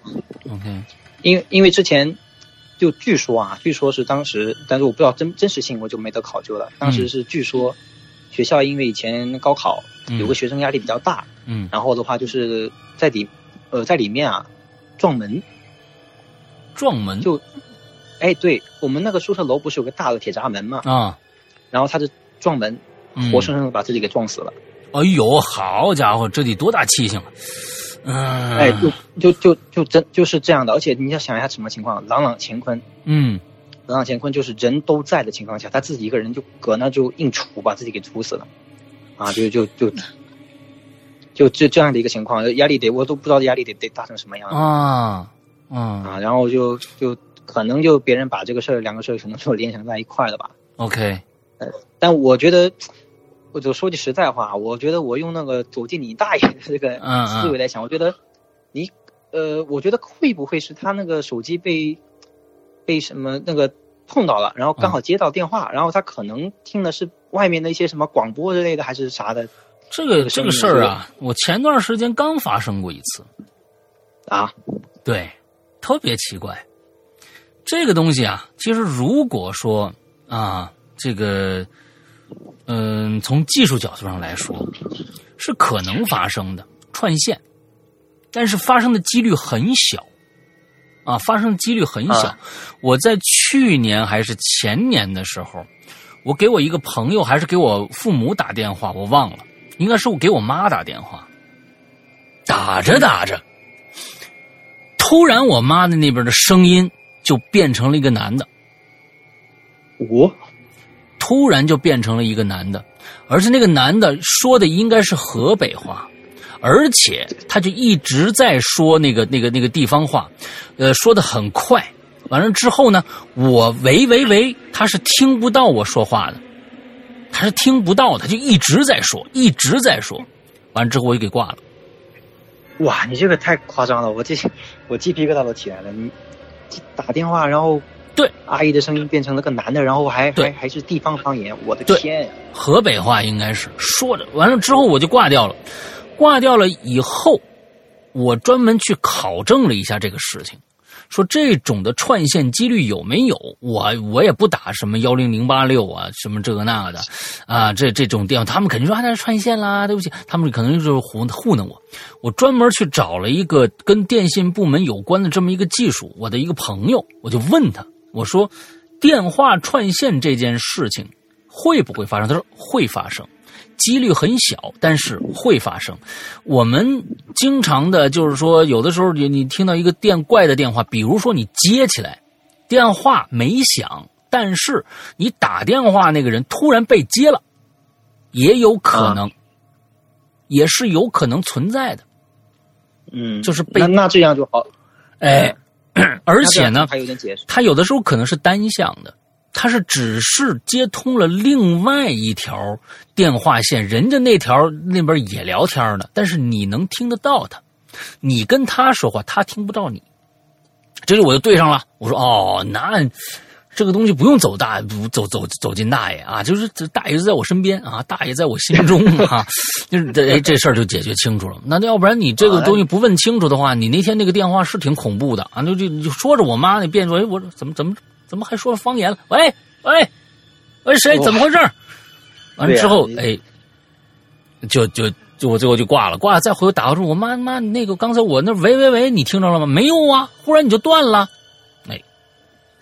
OK。 因为因为之前就据说啊，据说是当时，但是我不知道真真实性，我就没得考究了。当时是据说学校因为以前高考有个学生压力比较大， 嗯， 然后的话就是在里呃在里面啊撞门。 撞门就，哎，对我们那个宿舍楼不是有个大的铁闸门嘛？ 啊， 然后他就撞门，活生生的把自己给撞死了。 嗯、哎呦，好家伙，这得多大气性啊！嗯， 哎，就就就就真就是这样的，而且你要想一下什么情况，朗朗乾坤， 嗯， 朗朗乾坤就是人都在的情况下，他自己一个人就搁那就硬杵，把自己给杵死了，啊，就就就就就这样的一个情况，压力得我都不知道压力得得大成什么样啊，嗯啊，然后就就可能就别人把这个事儿两个事儿可能就联想在一块了吧。 OK， 呃，但我觉得。我就说句实在话，我觉得我用那个走进你大爷的这个思维来想，嗯嗯我觉得你呃，我觉得会不会是他那个手机被被什么那个碰到了，然后刚好接到电话，嗯、然后他可能听的是外面的一些什么广播之类的，还是啥的。 这个这个事儿啊，我前段时间刚发生过一次。 啊？ 对，特别奇怪。这个东西啊，其实如果说啊，这个。嗯，从技术角度上来说，是可能发生的串线，但是发生的几率很小，啊，发生的几率很小。啊、我在去年还是前年的时候，我给我一个朋友还是给我父母打电话，我忘了，应该是我给我妈打电话，打着打着，突然我妈的那边的声音就变成了一个男的。 我。 突然就变成了一个男的，而且那个男的说的应该是河北话，而且他就一直在说那个那个那个地方话，呃，说的很快。完了之后呢，我喂喂喂，他是听不到我说话的，他是听不到，他就一直在说，一直在说。完了之后我就给挂了。 哇，你这个太夸张了，我这我鸡皮疙瘩都起来了。你打电话，然后。 对， 阿姨的声音变成了个男的，然后还还还是地方方言，我的天呀！ 河北话应该是说着，完了之后我就挂掉了。挂掉了以后，我专门去考证了一下这个事情，说这种的串线几率有没有？我我也不打什么幺零零八六啊，什么这个那的啊，这这种电话，他们肯定说那是串线啦，对不起，他们可能就是糊糊弄我。我专门去找了一个跟电信部门有关的这么一个技术，我的一个朋友，我就问他。我说电话串线这件事情会不会发生？他说会发生，几率很小，但是会发生。我们经常的就是说，有的时候你你听到一个电怪的电话，比如说你接起来，电话没响，但是你打电话那个人突然被接了，也有可能，啊、也是有可能存在的。 嗯， 就是被那, 那这样就好， 哎。而且呢， 还有点解释， 它有的时候可能是单向的，它是只是接通了另外一条电话线，人家那条那边也聊天呢，但是你能听得到他，你跟他说话，他听不到你。这就我就对上了，我说哦，那这个东西不用走大走走走进大爷啊，就是大爷就在我身边啊，大爷在我心中啊，就是这这事儿就解决清楚了。那要不然你这个东西不问清楚的话，你那天那个电话是挺恐怖的啊，就就就说着我妈那变说，哎，我怎么怎么怎么还说方言了？喂喂喂，谁？怎么回事？完了之后，哎，就就就我最后就挂了，挂了再回头打过去，我妈妈那个刚才我那喂喂喂，你听着了吗？没有啊，忽然你就断了。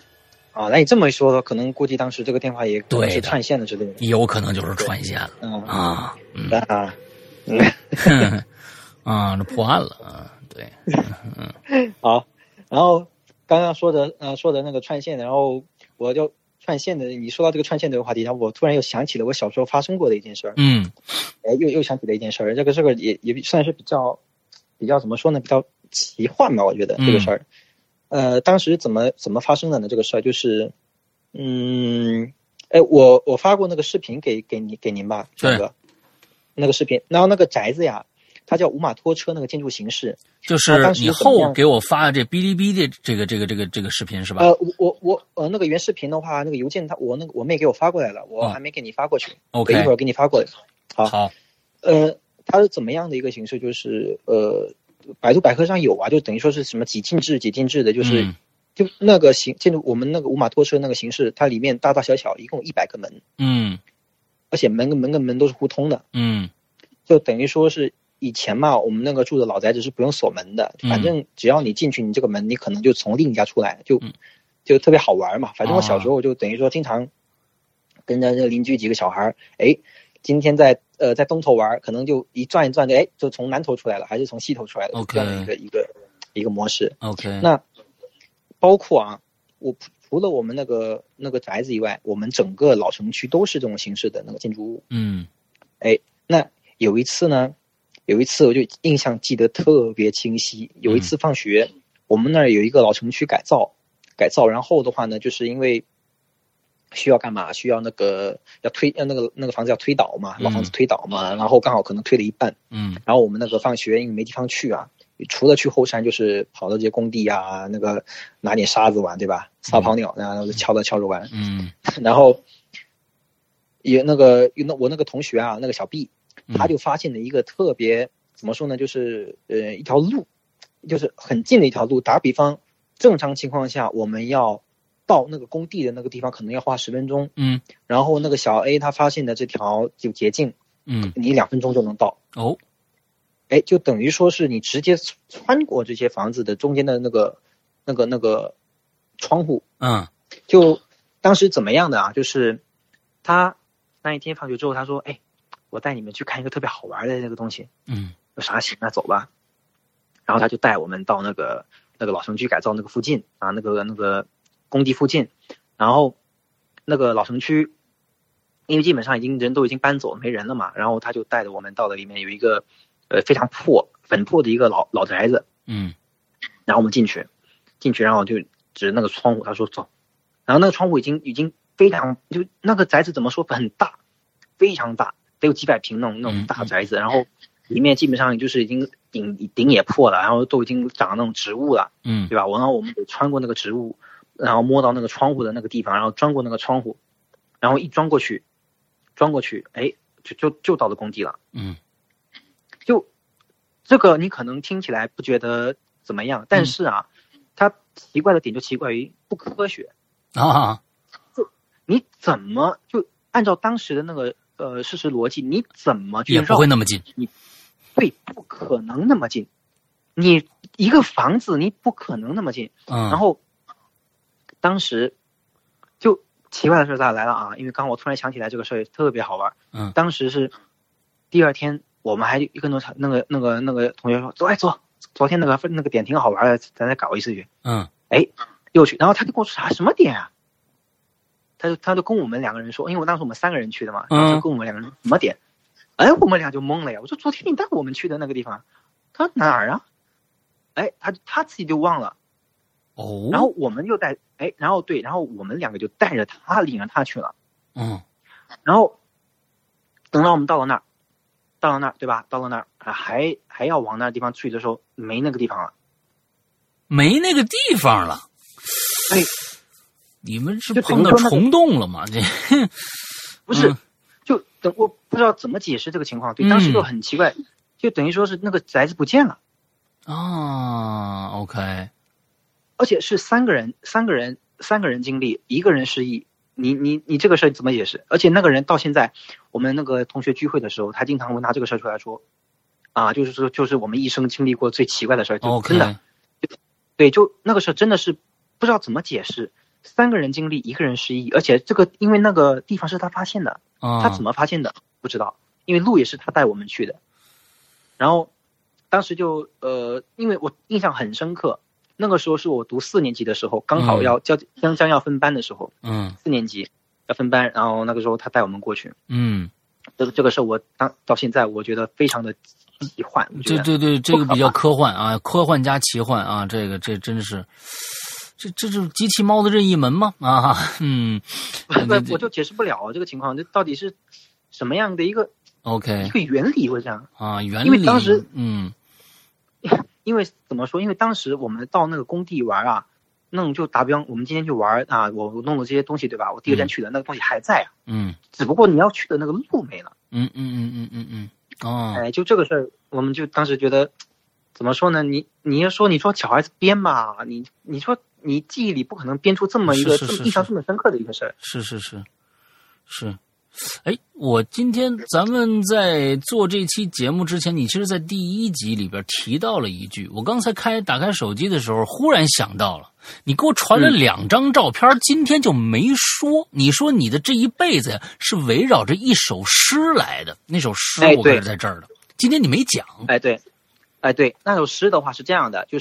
啊，那你这么一说，可能估计当时这个电话也可能是串线的之类的， 有可能就是串线了。嗯啊，嗯啊， 嗯啊，这破案了啊，对， 嗯，好，然后刚刚说的呃说的那个串线，然后我就串线的，你说到这个串线这个话题，然后我突然又想起了我小时候发生过的一件事儿， 嗯， 哎，又又想起了一件事儿，这个这个也也算是比较比较怎么说呢，比较奇幻吧，我觉得这个事儿。嗯呃，当时怎么怎么发生的呢？这个事儿就是，嗯，哎，我我发过那个视频给给你给您吧，那个那个视频，然后那个宅子呀，它叫五马拖车那个建筑形式， 就是你后给我发这哔哩哔哩这个这个这个这个视频是吧？ 呃，我我呃那个原视频的话，那个邮件他我那个我妹给我发过来了，我还没给你发过去， 哦、OK， 一会儿给你发过来。好， 好， 呃，它是怎么样的一个形式？就是呃。百度百科上有啊，就等于说是什么几进制几进制的，就是、嗯、就那个形建筑我们那个五马拖车那个形式，它里面大大小小一共一百个门， 嗯， 而且门跟门跟门都是互通的， 嗯， 就等于说是以前嘛，我们那个住的老宅子是不用锁门的，反正只要你进去，你这个门你可能就从另一家出来，就、嗯、就特别好玩嘛。反正我小时候就等于说经常跟着这邻居几个小孩，哎，今天在。呃，在东头玩，可能就一转一转就哎，就从南头出来了，还是从西头出来的 ，OK， 这样的一个一个一个模式。 OK， 那包括啊，我除了我们那个那个宅子以外，我们整个老城区都是这种形式的那个建筑物。 嗯， 哎，那有一次呢，有一次我就印象记得特别清晰。有一次放学，嗯、我们那儿有一个老城区改造，改造，然后的话呢，就是因为。需要干嘛？需要那个要推要那个那个房子要推倒嘛，老房子推倒嘛，嗯、然后刚好可能推了一半， 嗯， 然后我们那个放学因为没地方去啊，除了去后山，就是跑到这些工地啊，那个拿点沙子玩，对吧？撒泡尿，然后敲着敲着玩， 嗯， 然后也那个那我那个同学啊，那个小 B， 他就发现了一个特别、嗯、怎么说呢，就是呃一条路，就是很近的一条路。打比方，正常情况下我们要。到那个工地的那个地方可能要花十分钟， 嗯， 然后那个小 A 他发现的这条就捷径， 嗯， 你两分钟就能到哦， 哎，就等于说是你直接穿过这些房子的中间的那个那个那个窗户， 嗯， 就当时怎么样的啊？就是他那一天放学之后，他说：“哎，我带你们去看一个特别好玩的那个东西。” 嗯， 有啥行啊？走吧。然后他就带我们到那个那个老城区改造那个附近啊，那个那个。工地附近，然后那个老城区，因为基本上已经人都已经搬走没人了嘛，然后他就带着我们到了里面有一个呃非常破粉破的一个老老宅子， 嗯， 然后我们进去，进去然后就指那个窗户，他说走，然后那个窗户已经已经非常就那个宅子怎么说很大，非常大，得有几百平那种那种大宅子，嗯、然后里面基本上就是已经顶顶也破了，然后都已经长那种植物了， 嗯， 对吧？然后我们得穿过那个植物。然后摸到那个窗户的那个地方，然后钻过那个窗户，然后一钻过去，钻过去，哎，就就就到了工地了。 嗯， 就这个你可能听起来不觉得怎么样，但是啊，嗯、它奇怪的点就奇怪于不科学啊。 就你怎么就按照当时的那个呃事实逻辑，你怎么去也不会那么近？ 你对，不可能那么近。你一个房子，你不可能那么近。 嗯， 然后。当时就奇怪的事咋来了啊？因为刚我突然想起来这个事儿特别好玩。 嗯， 当时是第二天，我们还一个那那个那个那个同学说走，哎走，昨天那个那个点挺好玩的，咱再搞一次去。 嗯， 哎，又去，然后他就跟我说啥什么点啊？他就他就跟我们两个人说，因为我当时我们三个人去的嘛，然后就跟我们两个人什么点？哎，我们俩就懵了呀。我说昨天你带我们去的那个地方，他说哪儿啊？哎，他他自己就忘了。 哦， 然后我们又带哎，然后对，然后我们两个就带着他领着他去了， 嗯， 然后等到我们到了那儿，到了那儿对吧？到了那儿还还要往那地方去的时候，没那个地方了， 没那个地方了， 哎， 你们是碰到虫洞了吗？这不是，就等我不知道怎么解释这个情况，对，当时就很奇怪， 嗯、 就等于说是那个宅子不见了啊 ，OK。 而且是三个人，三个人，三个人经历，一个人失忆。你你你这个事儿怎么解释？而且那个人到现在，我们那个同学聚会的时候，他经常会拿这个事儿出来说，啊，就是说，就是我们一生经历过最奇怪的事儿，就真的， okay. 对，就那个事儿真的是不知道怎么解释。 三个人经历，一个人失忆，而且这个因为那个地方是他发现的， 啊、 他怎么发现的不知道，因为路也是他带我们去的。然后当时就呃，因为我印象很深刻，那个时候是我读四年级的时候，刚好要将将将要分班的时候， 嗯， 四年级要分班，然后那个时候他带我们过去， 嗯， 这个这个事我当到现在我觉得非常的奇幻， 对对对，这个比较科幻啊，科幻加奇幻啊，这个这真是。这这就是机器猫的任意门吗？啊，嗯， 我就解释不了这个情况，这到底是什么样的一个 OK 一个原理会这样啊？原理， 因为当时嗯， 因为怎么说？因为当时我们到那个工地玩啊，弄就打比方，我们今天去玩啊，我弄的这些东西对吧？我第二天去的、嗯、那个东西还在啊， 嗯， 只不过你要去的那个路没了， 嗯嗯嗯嗯嗯嗯，哦， 哎，就这个事儿，我们就当时觉得怎么说呢？你你要说你说小孩子编吧，你你说。你记忆里不可能编出这么一个是是是是这么印象这么深刻的一个事儿。 是是是是，哎，我今天咱们在做这期节目之前，你其实在第一集里边提到了一句，我刚才开打开手机的时候，忽然想到了，你给我传了两张照片，嗯、今天就没说。你说你的这一辈子是围绕着一首诗来的，那首诗我可是在这儿的，哎、今天你没讲。 哎，对，哎对，那首诗的话是这样的，就是。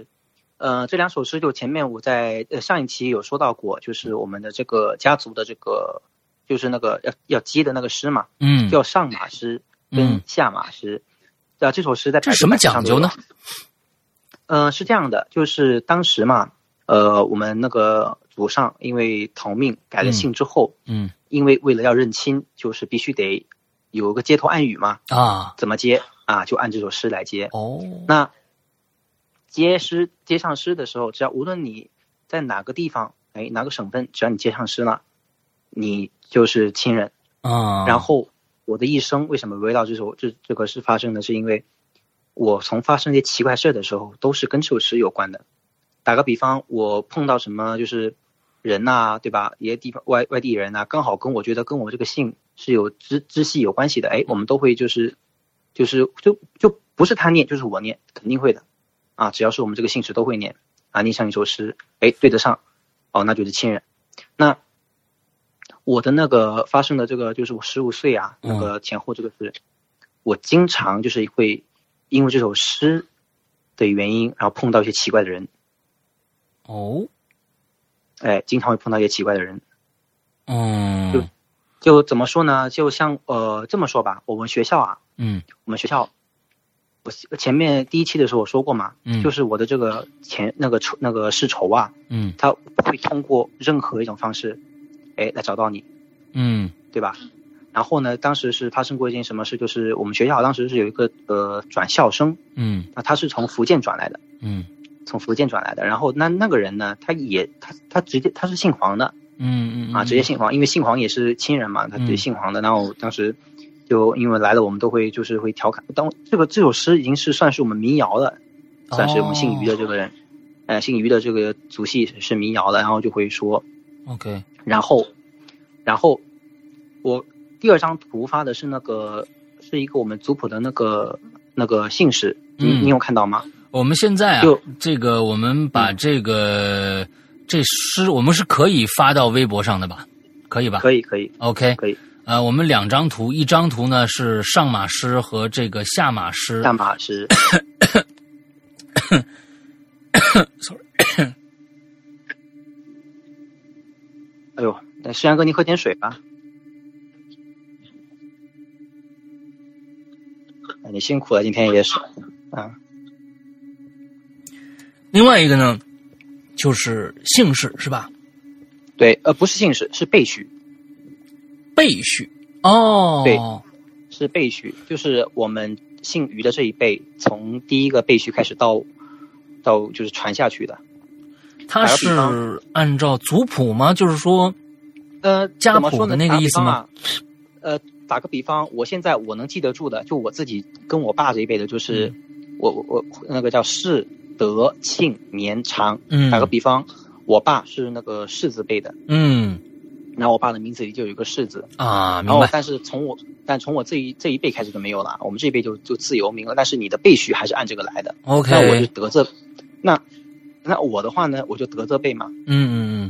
呃，这两首诗就前面我在呃上一期有说到过，就是我们的这个家族的这个，就是那个要要接的那个诗嘛， 嗯， 叫上马诗跟下马诗。啊、嗯，这首诗在这什么讲究呢？ 呃，是这样的，就是当时嘛，呃，我们那个祖上因为逃命改了姓之后， 嗯， 因为为了要认亲，就是必须得有个街头暗语嘛， 啊， 怎么接啊？就按这首诗来接。 哦， 那。接诗接上诗的时候，只要无论你在哪个地方，哎，哪个省份，只要你接上诗了，你就是亲人啊。 然后我的一生为什么围绕这首这这个事发生的，是因为我从发生一些奇怪事的时候，都是跟这首诗有关的。打个比方，我碰到什么就是人呐、啊，对吧？一些地方外外地人呐、啊，刚好跟我觉得跟我这个姓是有支支系有关系的，哎，我们都会就是就是就就不是他念，就是我念，肯定会的。啊，只要是我们这个姓氏都会念啊，念上一首诗，哎，对得上，哦，那就是亲人。那我的那个发生的这个，就是我十五岁啊，那个前后这个是，我经常就是会因为这首诗的原因，然后碰到一些奇怪的人。 哦， 哎，经常会碰到一些奇怪的人。 嗯， 就就怎么说呢？就像呃这么说吧，我们学校啊， 嗯， 我们学校。我前面第一期的时候我说过嘛， 嗯， 就是我的这个钱那个筹那个世仇啊， 嗯， 他不会通过任何一种方式，哎，来找到你， 嗯， 对吧？然后呢，当时是发生过一件什么事，就是我们学校当时是有一个呃转校生， 嗯， 那他是从福建转来的， 嗯， 从福建转来的，然后那那个人呢，他也他他直接他是姓黄的， 嗯嗯啊，直接姓黄，因为姓黄也是亲人嘛，他直接姓黄的，然后当时。就因为来了，我们都会就是会调侃。当这个这首诗已经是算是我们民谣的，算是我们姓于的这个人，呃、哦，姓于的这个族系是民谣的，然后就会说 ，OK。 然后，然后我第二张图发的是那个是一个我们族谱的那个那个姓氏，你、嗯、你有看到吗？ 我们现在啊， 就这个我们把这个、嗯、这诗我们是可以发到微博上的吧？可以吧？ 可以，可以 ，OK， 可以。 呃，我们两张图，一张图呢是上马诗和这个下马诗。 下马诗。 Sorry。 哎呦，那诗阳哥，你喝点水吧。哎，你辛苦了，今天也是。啊。 另外一个呢，就是姓氏是吧？ 对，呃，不是姓氏，是辈序。 辈序哦， 对，是辈序，就是我们姓于的这一辈，从第一个辈序开始到到就是传下去的。 它是按照族谱吗？就是说， 呃， 家谱的那个意思吗？ 呃，打个比方，我现在我能记得住的，就我自己跟我爸这一辈的，就是、嗯、我我我那个叫世德庆年长。 嗯， 打个比方，我爸是那个世字辈的。 嗯。 然后我爸的名字里就有一个世字啊，明白。 然后但是从我，但从我这一这一辈开始就没有了，我们这一辈就就自由名了。但是你的辈序还是按这个来的。 OK， 那我就德字，那那我的话呢，我就德字辈嘛。 嗯嗯嗯，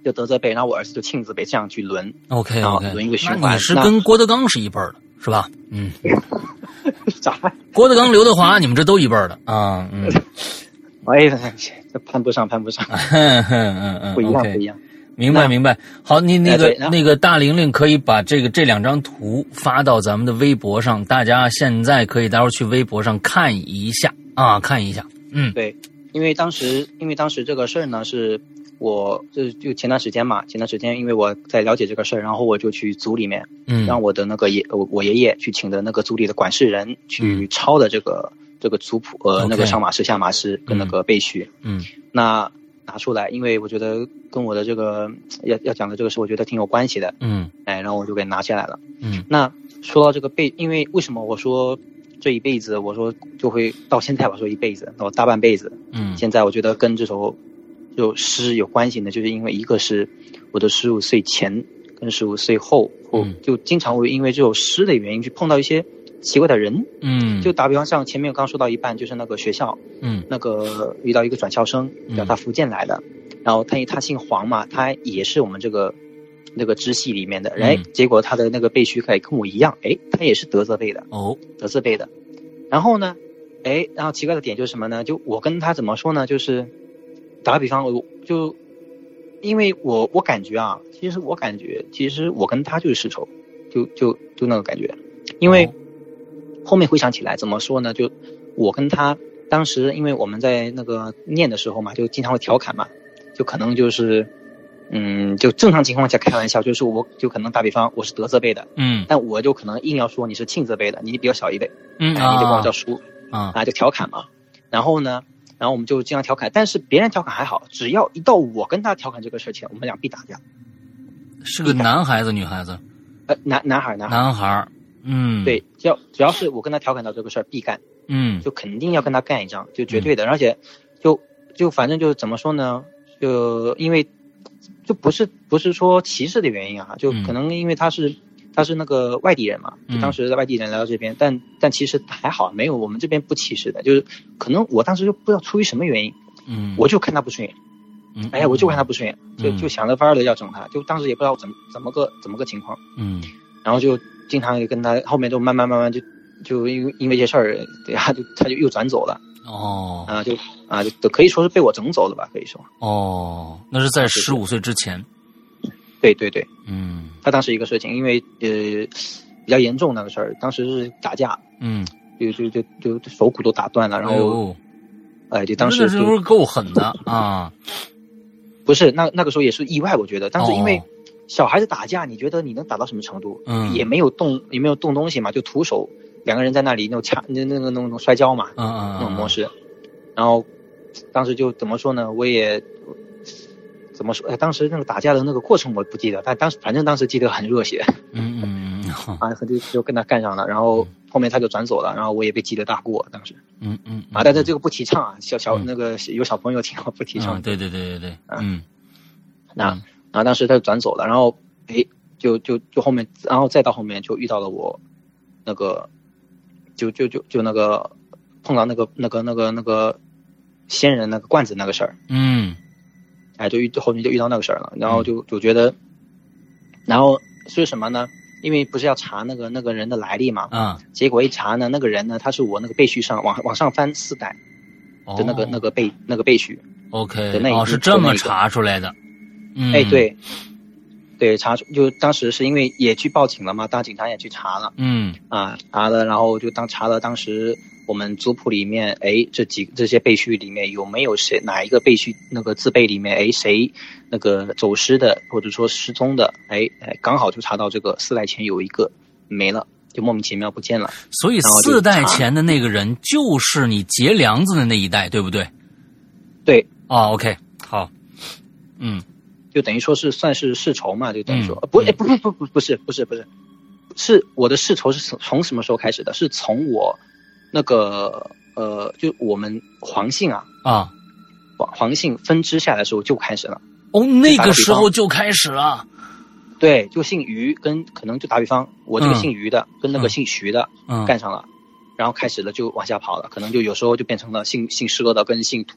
就德字辈，然后我儿子就庆字辈，这样去轮。 OK OK， 轮一个循环。 你是跟郭德纲是一辈儿的，是吧？嗯。 咋？ 郭德纲、刘德华，你们这都一辈儿的啊？嗯。 哎，这攀不上，攀不上。 嗯嗯嗯， 不一样， okay. 不一样。 明白明白。好，你那个、 哎、 那个大玲玲可以把这个这两张图发到咱们的微博上，大家现在可以待会儿去微博上看一下啊，看一下。嗯， 对，因为当时因为当时这个事儿呢，是我就就前段时间嘛，前段时间因为我在了解这个事儿，然后我就去组里面，嗯，让我的那个爷我我爷爷去请的那个组里的管事人去抄的这个、嗯、这个族谱呃、okay. 那个上马诗下马诗跟那个备序，嗯，那。拿出来，因为我觉得跟我的这个要要讲的这个事，我觉得挺有关系的。嗯，哎，然后我就给拿下来了。嗯，那说到这个辈，因为为什么我说这一辈子，我说就会到现在我说一辈子，到大半辈子。嗯，现在我觉得跟这首就诗有关系呢，就是因为一个是我的十五岁前跟十五岁后，我、嗯、就经常会因为这首诗的原因去碰到一些奇怪的人。嗯，就打比方像前面刚说到一半，就是那个学校，嗯，那个遇到一个转校生，叫他福建来的，嗯、然后他他姓黄嘛，他也是我们这个那个支系里面的，哎、嗯，结果他的那个辈序可跟我一样，哎，他也是德字辈的，哦，德字辈的，然后呢，哎，然后奇怪的点就是什么呢？就我跟他怎么说呢？就是打个比方，我就因为我我感觉啊，其实我感觉其实我跟他就是世仇，就就就那个感觉，因为。哦后面回想起来怎么说呢？就我跟他当时，因为我们在那个念的时候嘛，就经常会调侃嘛，就可能就是，嗯，就正常情况下开玩笑，就是我就可能打比方，我是德字辈的，嗯，但我就可能硬要说你是庆字辈的，你比较小一辈，嗯，哎、你就管我叫叔，啊，啊，就调侃嘛。然后呢，然后我们就经常调侃，但是别人调侃还好，只要一到我跟他调侃这个事情，我们俩必打架。 是个男孩子，女孩子？ 呃，男男孩，男孩。 男孩。嗯， 对，只要只要是我跟他调侃到这个事儿必干，嗯，就肯定要跟他干一仗，就绝对的，嗯、而且就就反正就怎么说呢，就因为就不是不是说歧视的原因啊，就可能因为他是、嗯、他是那个外地人嘛，就当时的外地人来到这边，嗯、但但其实还好，没有我们这边不歧视的，就是可能我当时就不知道出于什么原因，嗯，我就看他不顺眼，嗯，哎呀，我就看他不顺眼，嗯、就就想了法儿的要整他，就当时也不知道怎么怎么个怎么个情况，嗯，然后就。经常跟他后面就慢慢慢慢就就因为因为这事儿，对啊，就他就又转走了。哦，啊，就啊就可以说是被我整走了吧，可以说。 哦，那是在十五岁之前。 对对对， 嗯， 他当时一个事情，因为呃比较严重那个事儿，当时是打架，嗯，就就就就手骨都打断了，然后，哎、呃，就当时那时候够狠的啊。 不是，那那个时候也是意外，我觉得当时因为。哦小孩子打架，你觉得你能打到什么程度？嗯，也没有动，也没有动东西嘛，就徒手两个人在那里那种掐那那个那种摔跤嘛，嗯嗯，那种模式。然后当时就怎么说呢？我也怎么说？哎，当时那个打架的那个过程我不记得，但当时反正当时记得很热血。嗯嗯嗯，啊，就就跟他干上了，然后后面他就转走了，然后我也被记了大过，当时。嗯嗯啊，但是这个不提倡啊，小小、嗯、那个有小朋友听我不提倡、 嗯。对对对对对，嗯， 那。嗯然后当时他就转走了，然后哎，就就就后面，然后再到后面就遇到了我，那个，就就就就那个碰到那个那个那个那个仙人那个罐子那个事儿，嗯，哎，就遇后面就遇到那个事儿了，然后就就觉得，然后是什么呢？因为不是要查那个那个人的来历嘛，啊、嗯，结果一查呢，那个人呢，他是我那个备序上往往上翻四代的那个、哦、那个备那个备序 ，OK， 的那哦是这么查出来的。 嗯、哎，对，对，查就当时是因为也去报警了嘛，当警察也去查了，嗯，啊，查了，然后就当查了当时我们族谱里面，哎，这几这些备序里面有没有谁哪一个备序那个字辈里面，哎，谁那个走失的或者说失踪的，哎哎，刚好就查到这个四代前有一个没了，就莫名其妙不见了。 所以四代前的那个人就是你结梁子的那一代，对不对？ 对， 哦 ，OK， 好，嗯。 就等于说是算是世仇嘛，就等于说、嗯、不哎不不不不不是不是不是，是我的世仇是从从什么时候开始的？是从我那个呃，就我们黄姓啊啊黄黄姓分支下来的时候就开始了。 哦，那个时候就开始了。 对，就姓于跟可能就打比方，我这个姓于的、嗯、跟那个姓徐的、嗯、干上了，然后开始了就往下跑了，可能就有时候就变成了姓姓佘的跟姓涂的。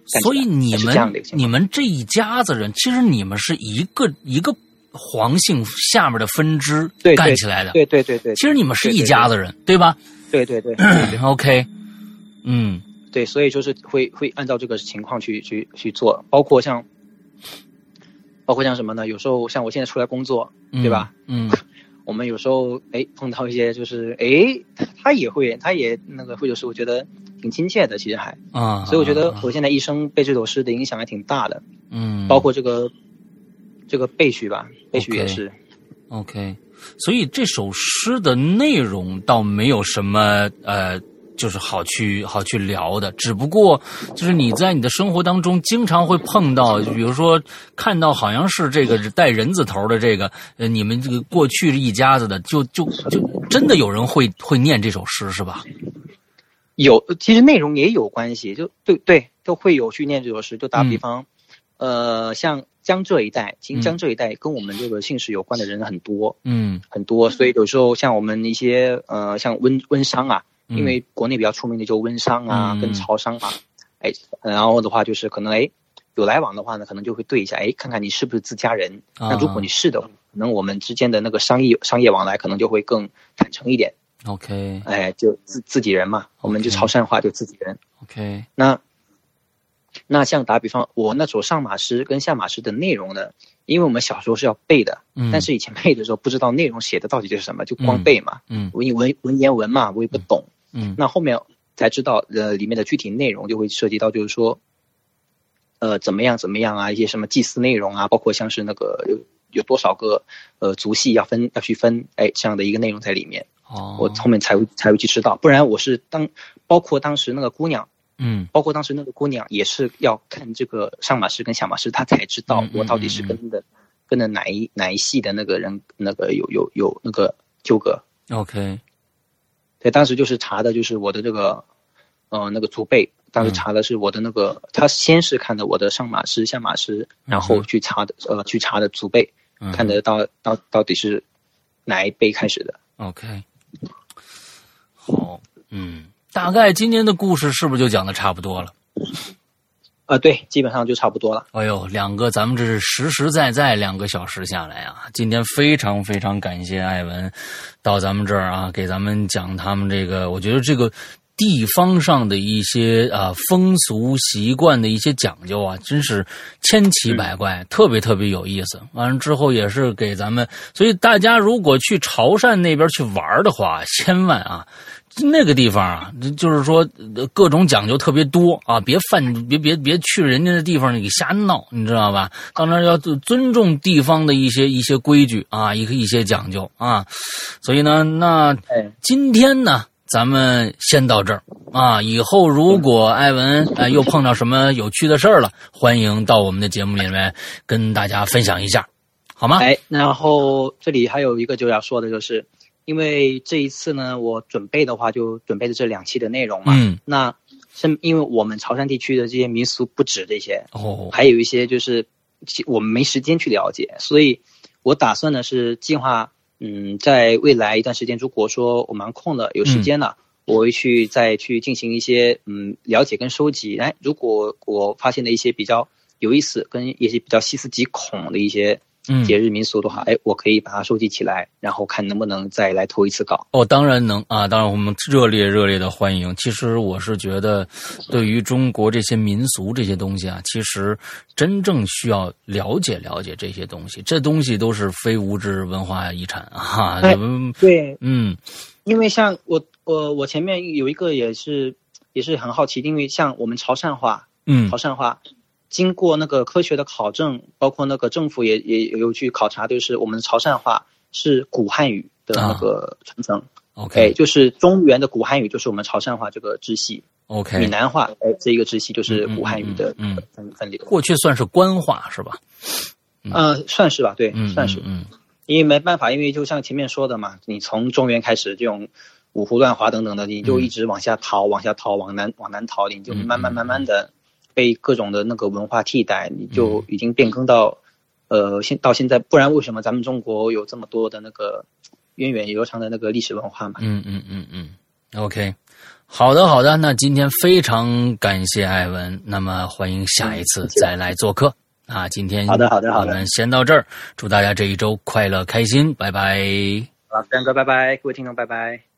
所以你们你们这一家子人，其实你们是一个一个黄姓下面的分支干起来的。 对对对 对, 对， 其实你们是一家子人， 对, 对, 对, 对吧？ 对对对, 对, 对 ，OK， 嗯， 对，所以就是会会按照这个情况去去去做，包括像。包括像什么呢？有时候像我现在出来工作， 嗯、 对吧？ 嗯， 我们有时候哎碰到一些就是哎，他也会，他也那个会有时候我觉得挺亲切的，其实还啊， 所以我觉得我现在一生背这首诗的影响还挺大的。 嗯， 包括这个这个备序吧，备序也是。 OK， okay 所以这首诗的内容倒没有什么呃。就是好去好去聊的，只不过就是你在你的生活当中经常会碰到，比如说看到好像是这个带人字头的这个，呃，你们这个过去一家子的，就就就真的有人会会念这首诗是吧？ 有，其实内容也有关系，就对对都会有去念这首诗。就打比方，嗯、呃，像江浙一带，其实江浙一带跟我们这个姓氏有关的人很多，嗯，很多，所以有时候像我们一些呃，像温温商啊。因为国内比较出名的就温商啊、嗯、跟潮商啊，哎，然后的话就是可能哎有来往的话呢，可能就会对一下，哎，看看你是不是自家人。啊、那如果你是的，可能我们之间的那个商业商业往来可能就会更坦诚一点。 OK， 哎，就自自己人嘛， okay, 我们就潮汕话就自己人。 OK， 那那像打比方，我那首上马诗跟下马诗的内容呢？因为我们小时候是要背的，嗯，但是以前背的时候不知道内容写的到底是什么，就光背嘛，嗯，文文文言文嘛，我也不懂，嗯，那后面才知道，呃，里面的具体内容就会涉及到，就是说，呃，怎么样怎么样啊，一些什么祭祀内容啊，包括像是那个有有多少个呃族系要分要去分，哎，这样的一个内容在里面，哦，我后面才会才会去知道，不然我是当包括当时那个姑娘。嗯，包括当时那个姑娘也是要看这个上马诗跟下马诗，她才知道我到底是跟的、嗯嗯嗯、跟的哪一哪一系的那个人那个有有有那个纠葛。 OK， 对，当时就是查的就是我的这个呃那个祖辈，当时查的是我的那个，嗯、他先是看的我的上马诗、下马诗，然后去查的、嗯、呃去查的祖辈，嗯、看得到到到底是哪一辈开始的。 OK， 好，嗯。大概今天的故事是不是就讲的差不多了？ 啊、呃，对，基本上就差不多了。 哎呦，两个咱们这是实实在在两个小时下来啊！今天非常非常感谢艾文到咱们这儿啊，给咱们讲他们这个，我觉得这个地方上的一些啊风俗习惯的一些讲究啊，真是千奇百怪，嗯、特别特别有意思。完了之后也是给咱们，所以大家如果去潮汕那边去玩的话，千万啊。那个地方啊，就是说各种讲究特别多啊，别犯别别别去人家的地方你给瞎闹，你知道吧？到那儿要尊重地方的一些一些规矩啊，一个一些讲究啊。所以呢，那今天呢，咱们先到这儿啊。以后如果艾文啊、呃、又碰到什么有趣的事儿了，欢迎到我们的节目里面跟大家分享一下，好吗？ 哎，然后这里还有一个就要说的就是。因为这一次呢，我准备的话就准备的这两期的内容嘛。嗯。那是因为我们潮汕地区的这些民俗不止这些，哦，还有一些就是我们没时间去了解，所以我打算的是计划，嗯，在未来一段时间，如果说我蛮空的，有时间了，嗯、我会去再去进行一些嗯了解跟收集。哎，如果我发现的一些比较有意思跟一些比较细思极恐的一些。节日民俗的话，哎，我可以把它收集起来，然后看能不能再来投一次稿。 哦，当然能啊，当然我们热烈热烈的欢迎。其实我是觉得，对于中国这些民俗这些东西啊，其实真正需要了解了解这些东西，这东西都是非物质文化遗产啊。 哎，对， 嗯， 因为像我我我前面有一个也是也是很好奇，因为像我们潮汕话，嗯，潮汕话。经过那个科学的考证，包括那个政府也也有去考察，就是我们的潮汕话是古汉语的那个传承。啊、OK， 哎，就是中原的古汉语就是我们潮汕话这个支系。 OK， 闽南话哎这一个支系就是古汉语的分分流。 过去算是官话是吧？ 嗯、呃，算是吧，对， 嗯、 算是。 嗯， 因为没办法，因为就像前面说的嘛，你从中原开始这种五胡乱华等等的，你就一直往下逃，嗯、往下逃，往南往南逃，你就慢慢慢慢的。被各种的那个文化替代，你就已经变更到，嗯、呃，现到现在，不然为什么咱们中国有这么多的那个源远流长的那个历史文化嘛？ 嗯嗯嗯嗯 ，OK， 好的，好的，那今天非常感谢艾文，那么欢迎下一次再来做客啊！今天好的，好的，好的， 我们先到这儿，祝大家这一周快乐开心，拜拜。 好，边哥，拜拜，各位听众，拜拜。